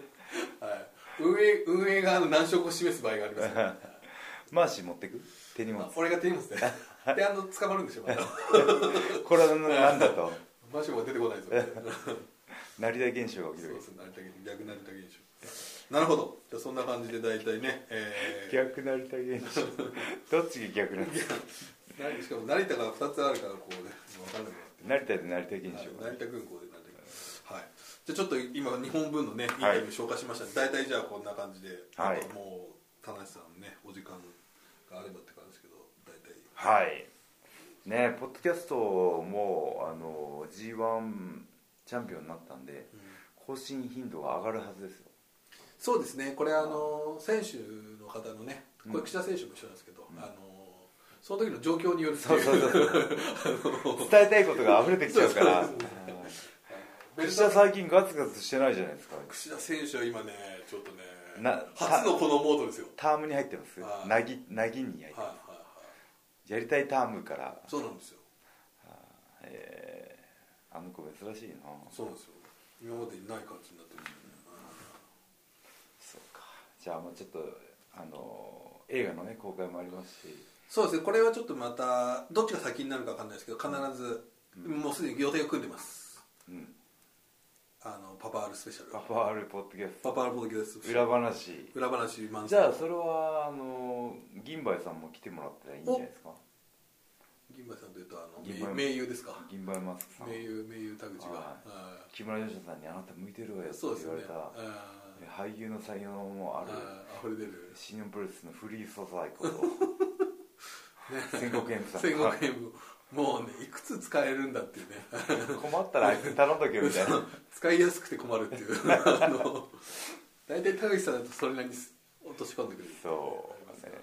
運営側の難色を示す場合がありますね。 マーシー持ってく？手荷物。 俺が手荷物で。で捕まるんでしょ。 これは何だと。 マーシーも出てこないぞ。 成田現象が起きる。 そうです、逆成田現象。なるほど。じゃあそんな感じで大体ね。 逆成田現象。どっちが逆なんですか。 しかも成田が2つあるからこうね、分かんなくなって。 成田で成田現象。 成田空港で成田現象。はい。じゃあちょっと今日本分のねインタビュー紹介しました。大体じゃあこんな感じで、もう田無さんねお時間があればって感じですけど、大体。 はい。ね、ポッドキャストもG1 チャンピオンになったんで、更新頻度が上がるはずですよ。 そうですね。これ選手の方のね、これ櫛田選手も一緒なんですけど、その時の状況による伝えたいことが溢れてきちゃうから。櫛田最近ガツガツしてないじゃないですか。 櫛田選手は今ねちょっとね初のこのモードですよ。 タームに入ってます。なぎに入ってます。やりたいタームから。 そうなんですよ。 あの子珍しいな。 そうなんですよ。今までにない感じになってるんですよね。 そうか。じゃあもうちょっと映画のね公開もありますし。 そうですね。これはちょっとまたどっちが先になるかわかんないですけど、必ずもうすでに予定を組んでます。パパールスペシャル。 パパールポッドキャスト。 パパールポッドキャスト。 裏話満載。 じゃあそれは銀杯さんも来てもらったらいいんじゃないですか。 銀杯さんというと名優ですか。 銀杯マスクさん。 名優田口が。 木村佳乃さんにあなた向いてるわよって言われた。俳優の才能もある。 溢れ出る。 新日本プロレスのフリー素材こと。戦国演武さん。 戦国演武。もうね、いくつ使えるんだっていうね。 困ったらあいつに頼んどけよみたいな。 使いやすくて困るっていう。大体田口さんだとそれなりに落とし込んでくれる。 そうね。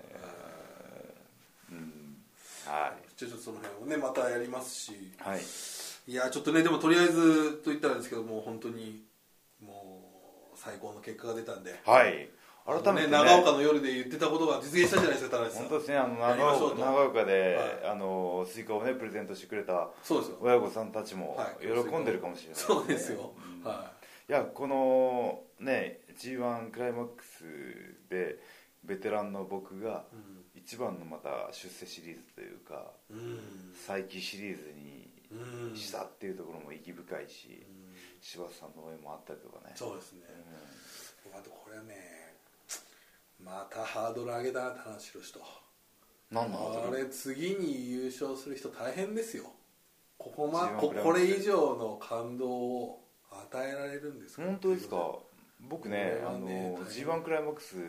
はい。 じゃあちょっとその辺をねまたやりますし。 はい。 いやちょっとねでもとりあえずと言ったらですけども本当にもう最高の結果が出たんで。 はい。改めてね、 長岡の夜で言ってたことが実現したじゃないですか、田中さん。 本当ですね、長岡で、スイカをねプレゼントしてくれた親御さんたちも喜んでるかもしれない、 そうですよ。 いやこのね G1 クライマックスでベテランの僕が一番のまた出世シリーズというか、再起シリーズにしたっていうところも意義深いし、柴田さんの応援もあったりとかね。 そうですね。あとこれはね。またハードル上げたな田中宏と。 何のハードル？ あれ次に優勝する人大変ですよ。これ以上の感動を与えられるんですか。 本当ですか。僕ねG1 クライマックス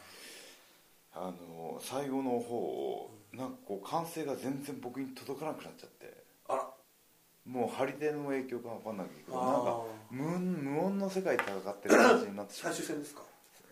最後の方をなんかこう歓声が全然僕に届かなくなっちゃって。 あら。 もう張り手の影響か分かんないけどなんか無音の世界で戦ってる感じになってしまう。 最終戦ですか。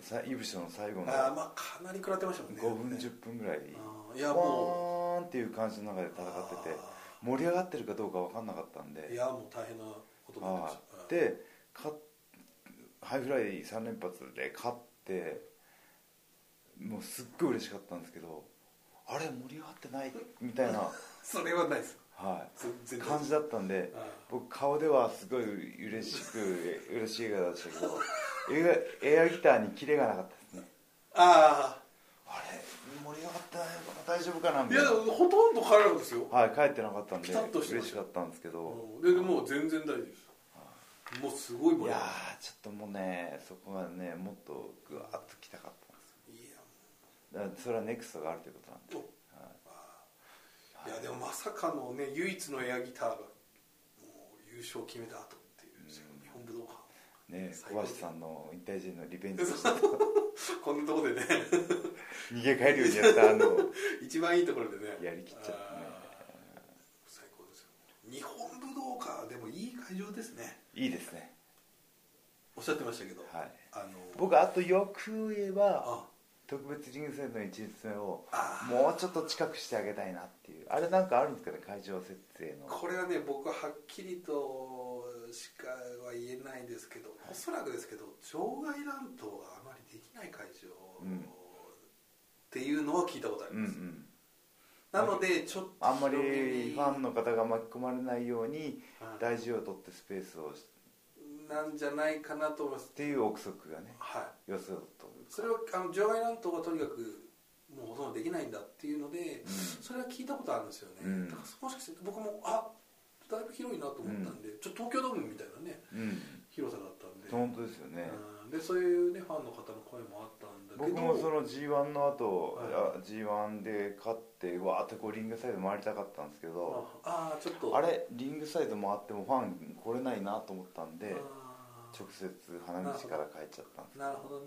いぶしの最後のまあかなり食らってましたもんね。 5分10分ぐらいいやもうーんっていう感じの中で戦ってて盛り上がってるかどうか分かんなかったんで、 いやもう大変なことになってました。 でハイフライ3連発で勝ってもうすっごい嬉しかったんですけど、あれ盛り上がってないみたいなそれはないです、 感じだったんで、僕顔ではすごい嬉しい映画でしたけどエアギターにキレがなかったですね。あれ盛り上がってないのかな、大丈夫かなみたいな。 いやほとんど帰らなかったですよ。 帰ってなかったんで嬉しかったんですけど、 でもう全然大丈夫です。もうすごい盛り上がって、 いやちょっともうねそこはねもっとグワッと来たかったんです。だからそれはネクストがあるということなんで。 いやでもまさかのね唯一のエアギターがもう優勝を決めた後っていう、日本武道館ね、小橋さんの引退試合のリベンジとしてこんなところでね逃げ帰るようにやった一番いいところでねやりきっちゃってね、 最高ですよ。日本武道館でもいい会場ですね。 いいですね。 おっしゃってましたけど、 僕あとよく言えば特別リングサイドの一列目をもうちょっと近くしてあげたいなっていう、あれなんかあるんですかね、会場設定の。これはね僕ははっきりとしかは言えないですけど、おそらくですけど場外乱闘があまりできない会場、っていうのは聞いたことあります、なのでちょっとあんまりファンの方が巻き込まれないように大事を取ってスペースをなんじゃないかなと思いますっていう憶測がね、予想とそれは場外乱闘がとにかくもうほとんどできないんだっていうので、それは聞いたことあるんですよね、だからもしかして僕もだいぶ広いなと思ったんで、ちょっと東京ドームみたいなね、広さだったんで。 本当ですよね、 でそういうねファンの方の声もあったんだけど、 僕もその G1 の後、G1 で勝ってわーってこうリングサイド回りたかったんですけど、 ちょっとあれリングサイド回ってもファン来れないなと思ったんで直接花道から帰っちゃったんですけど。 なるほどね、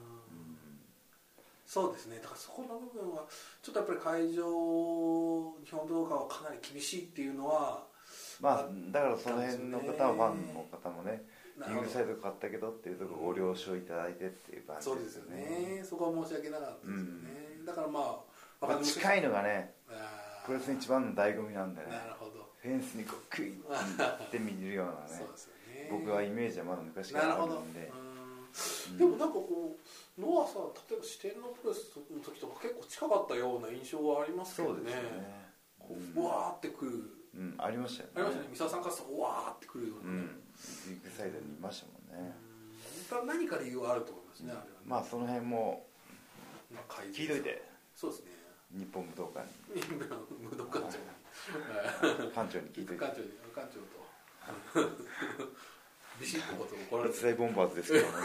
そうですね。だからそこの部分はちょっとやっぱり会場日本武道館はかなり厳しいっていうのはだからその辺の方はファンの方もねリングサイド買ったけどっていうところご了承いただいてっていう感じですよね。 そうですよね。そこは申し訳なかったですよね、だから近いのがねプロレスの一番の醍醐味なんでね。 なるほど。 フェンスにこうクイッって見れるようなね僕はイメージはまだ昔からあるんで。 でもなんかこうノアさ例えば四天王プロレスの時とか結構近かったような印象はありますけどね。そうですよね。うわーってくる、 ありましたよね。 ありましたね。三沢さんからするとうわーってくるようなね、 リングサイドにいましたもんね。 何か理由はあると思いますね、あれはね。 その辺も聞いといて。 そうですね。 日本武道館に武道館長に館長に聞いといて。 館長とビシッとこと怒られて。 逸材ボンバーズですけどね。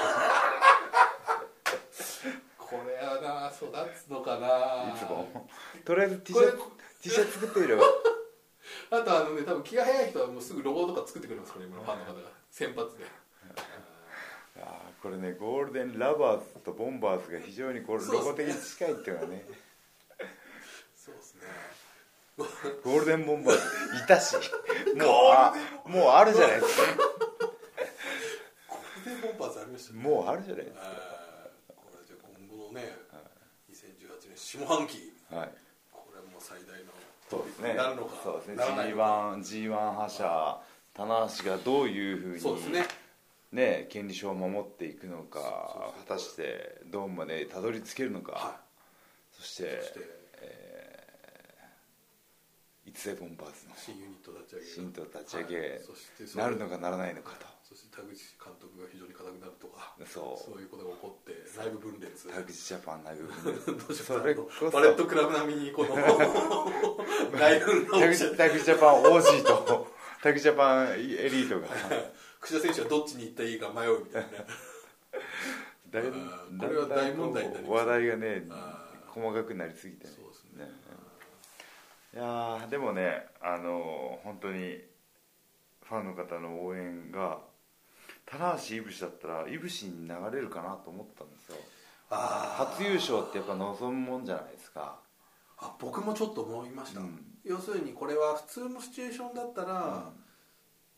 これはな育つのかな。 いつもとりあえず T シャツ作ってみれば。 あと多分気が早い人はもうすぐロゴとか作ってくれますからね、ファンの方が先発で。 これねゴールデンラバーズとボンバーズが非常にこうロゴ的に近いっていうのはね。 そうですね。 ゴールデンボンバーズいたしもうあるじゃないですか。 ゴールデンボンバーズありましたね。 もうあるじゃないですか。 これじゃ今後のね、2018年下半期、これはもう最大のトピックになるのか。 そうですね。G1 覇者棚橋がどういうふうに権利書を守っていくのか、果たしてドームまでたどり着けるのか、そして逸材ボンバーズの新ユニット立ち上げなるのかならないのかと。 そして田口監督が非常に硬くなるとか、そういうことが起こって内部分裂、 田口ジャパン内部分裂それこそバレットクラブ並みにこの内部の田口ジャパン OG と田口ジャパンエリートが櫛田選手はどっちに行ったらいいか迷うみたいなね。これは大問題になります。 話題がね細かくなりすぎてね。いやでもね本当にファンの方の応援が棚橋いぶしだったらいぶしに流れるかなと思ったんですよ。初優勝ってやっぱ望むもんじゃないですか。 僕もちょっと思いました、要するにこれは普通のシチュエーションだったら、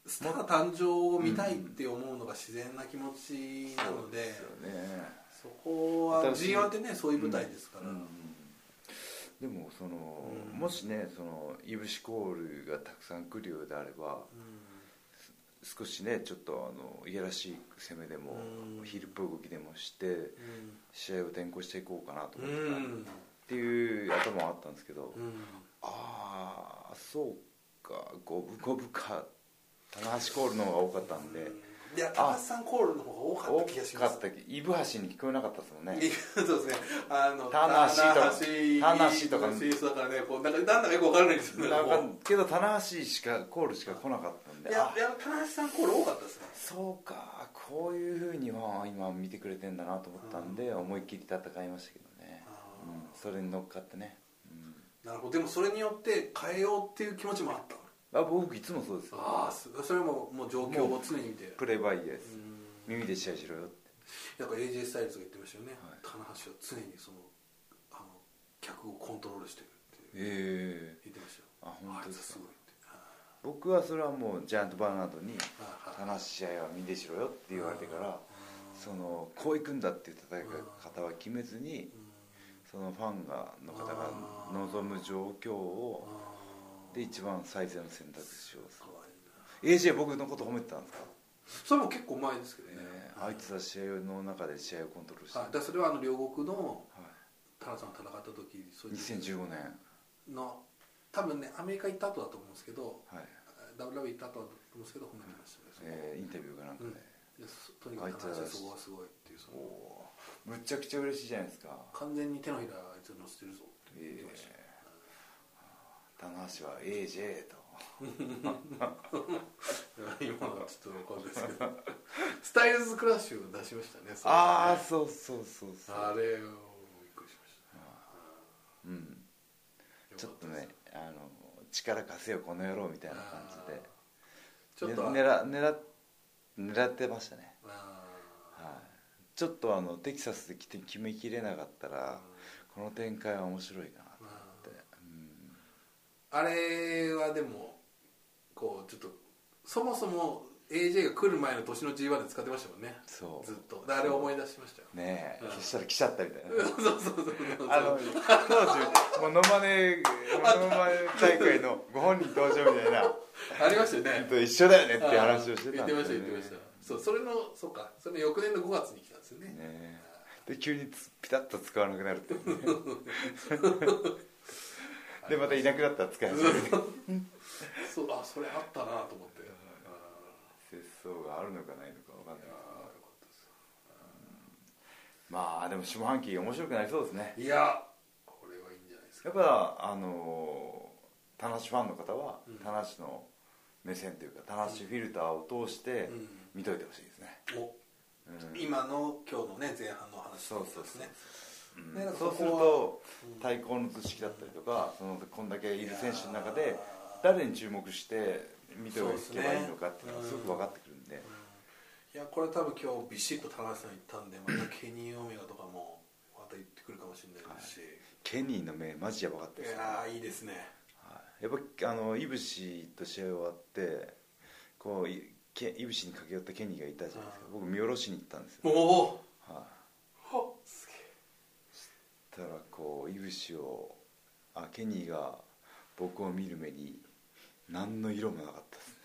スター誕生を見たいって思うのが自然な気持ちなので、そこは G1 ってねそういう舞台ですから、 でももしねイブシコールがたくさん来るようであれば、少しねちょっといやらしい攻めでも、ヒールっぽい動きでもして、試合を転向していこうかなと思ってたっていう頭はあったんですけど、ああそうか、五分か棚橋コールの方が多かったんで、 いや高橋さんコールの方が多かった気がします。 イブハシに聞こえなかったですもんね。 そうですね。 棚橋とかだからね、こうなんだかよくわからないんですよね。 けど棚橋しかコールしか来なかったんで、 いや棚橋さんコール多かったですね。 そうか、こういう風には今見てくれてんだなと思ったんで、思いっきり戦いましたけどね。それに乗っかってね。 なるほど。でもそれによって変えようっていう気持ちもあった。 僕いつもそうですよ。 それももう状況を常に見てプレーバイです。耳で試合しろよって。 なんか AJ スタイルズが言ってましたよね。棚橋は常に客をコントロールしてるって言ってましたよ。 本当ですか。 すごいって。 僕はそれはもうジャイアントバーナードに棚橋試合は見でしろよって言われてから、こういくんだっていう戦い方は決めずに、ファンの方が望む状況をで一番最善の選択肢をする。AJ 僕のこと褒めてたんですか？ それも結構前ですけどね。 あいつは試合の中で試合をコントロールしてだそれは両国の田中さんが戦った時、 2015年の多分ねアメリカ行った後だと思うんですけど、WW 行った後だと思うんですけど褒めてましたね。 インタビューかなんかで、 とにかく田中さんそこはすごいっていう、 むちゃくちゃ嬉しいじゃないですか。 完全に手のひらあいつ乗せてるぞって言ってました。 棚橋は AJ と今はちょっと分かんないですけどスタイルズクラッシュを出しましたね。 そうあれをびっくりしました。ちょっとね力貸せよこの野郎みたいな感じでちょっと狙ってましたね。ちょっとテキサスで決めきれなかったら、この展開は面白いかなと思って、 あれはでもこうちょっとそもそも AJ が来る前の年の G1 で使ってましたもんね。そうずっとあれを思い出しましたよね。そしたら来ちゃったみたいな。 そう当時モノマネ大会のご本人登場みたいなありましたよね。 一緒だよねっていう話をしてたんですよね。 言ってましたそれの翌年の5月に来たんですよね。 で急にピタッと使わなくなるっていうねでまたいなくなったら使い始めるそれあったなと思って節操があるのかないのか分かんないですけど、まあでも下半期面白くなりそうですね。 いやこれはいいんじゃないですか。 やっぱ棚橋ファンの方は棚橋の目線というか棚橋フィルターを通して見といてほしいですね。 今の今日のね前半の話ですね。 そうすると対抗の図式だったりとかこんだけいる選手の中で誰に注目して見ておけばいいのかっていうのがすごく分かってくるんで、 いやこれ多分今日ビシッと田中さん言ったんでまたケニー・オメガとかもまた言ってくるかもしれないですし、 ケニーの目マジやばかったですね。 いいですね。 やっぱイブシと試合終わってイブシに駆け寄ったケニーがいたじゃないですか。僕見下ろしに行ったんですよ。 すげえ。 そしたらイブシをケニーが僕を見る目に何の色もなかったです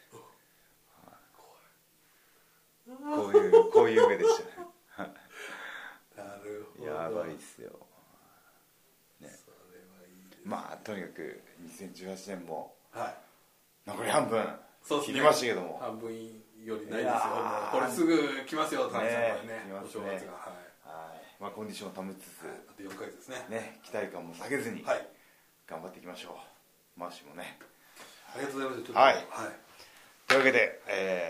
ね。こういう目でしたねなるほど。 やばいっすよね。 それはいいですね。 まあとにかく2018年も残り半分切りましたけども、 半分よりないですよ。これすぐ来ますよ、田中さんね。お正月が。 まあコンディションを保ちつつ、 あと4ヶ月ですね。 期待感も下げずに頑張っていきましょう。マーシーもね。 ありがとうございます。 はい。というわけで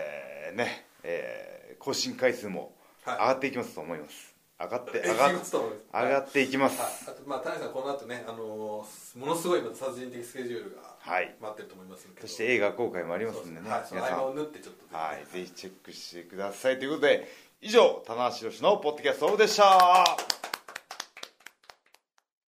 更新回数も上がっていきますと思います。上がっていきます。 あと田中さんこの後ねものすごい殺人的スケジュールが待ってると思いますので、 そして映画公開もありますんでね、 その合間を縫ってちょっとぜひチェックしてくださいということで、以上棚橋宏のポッドキャストオフでした。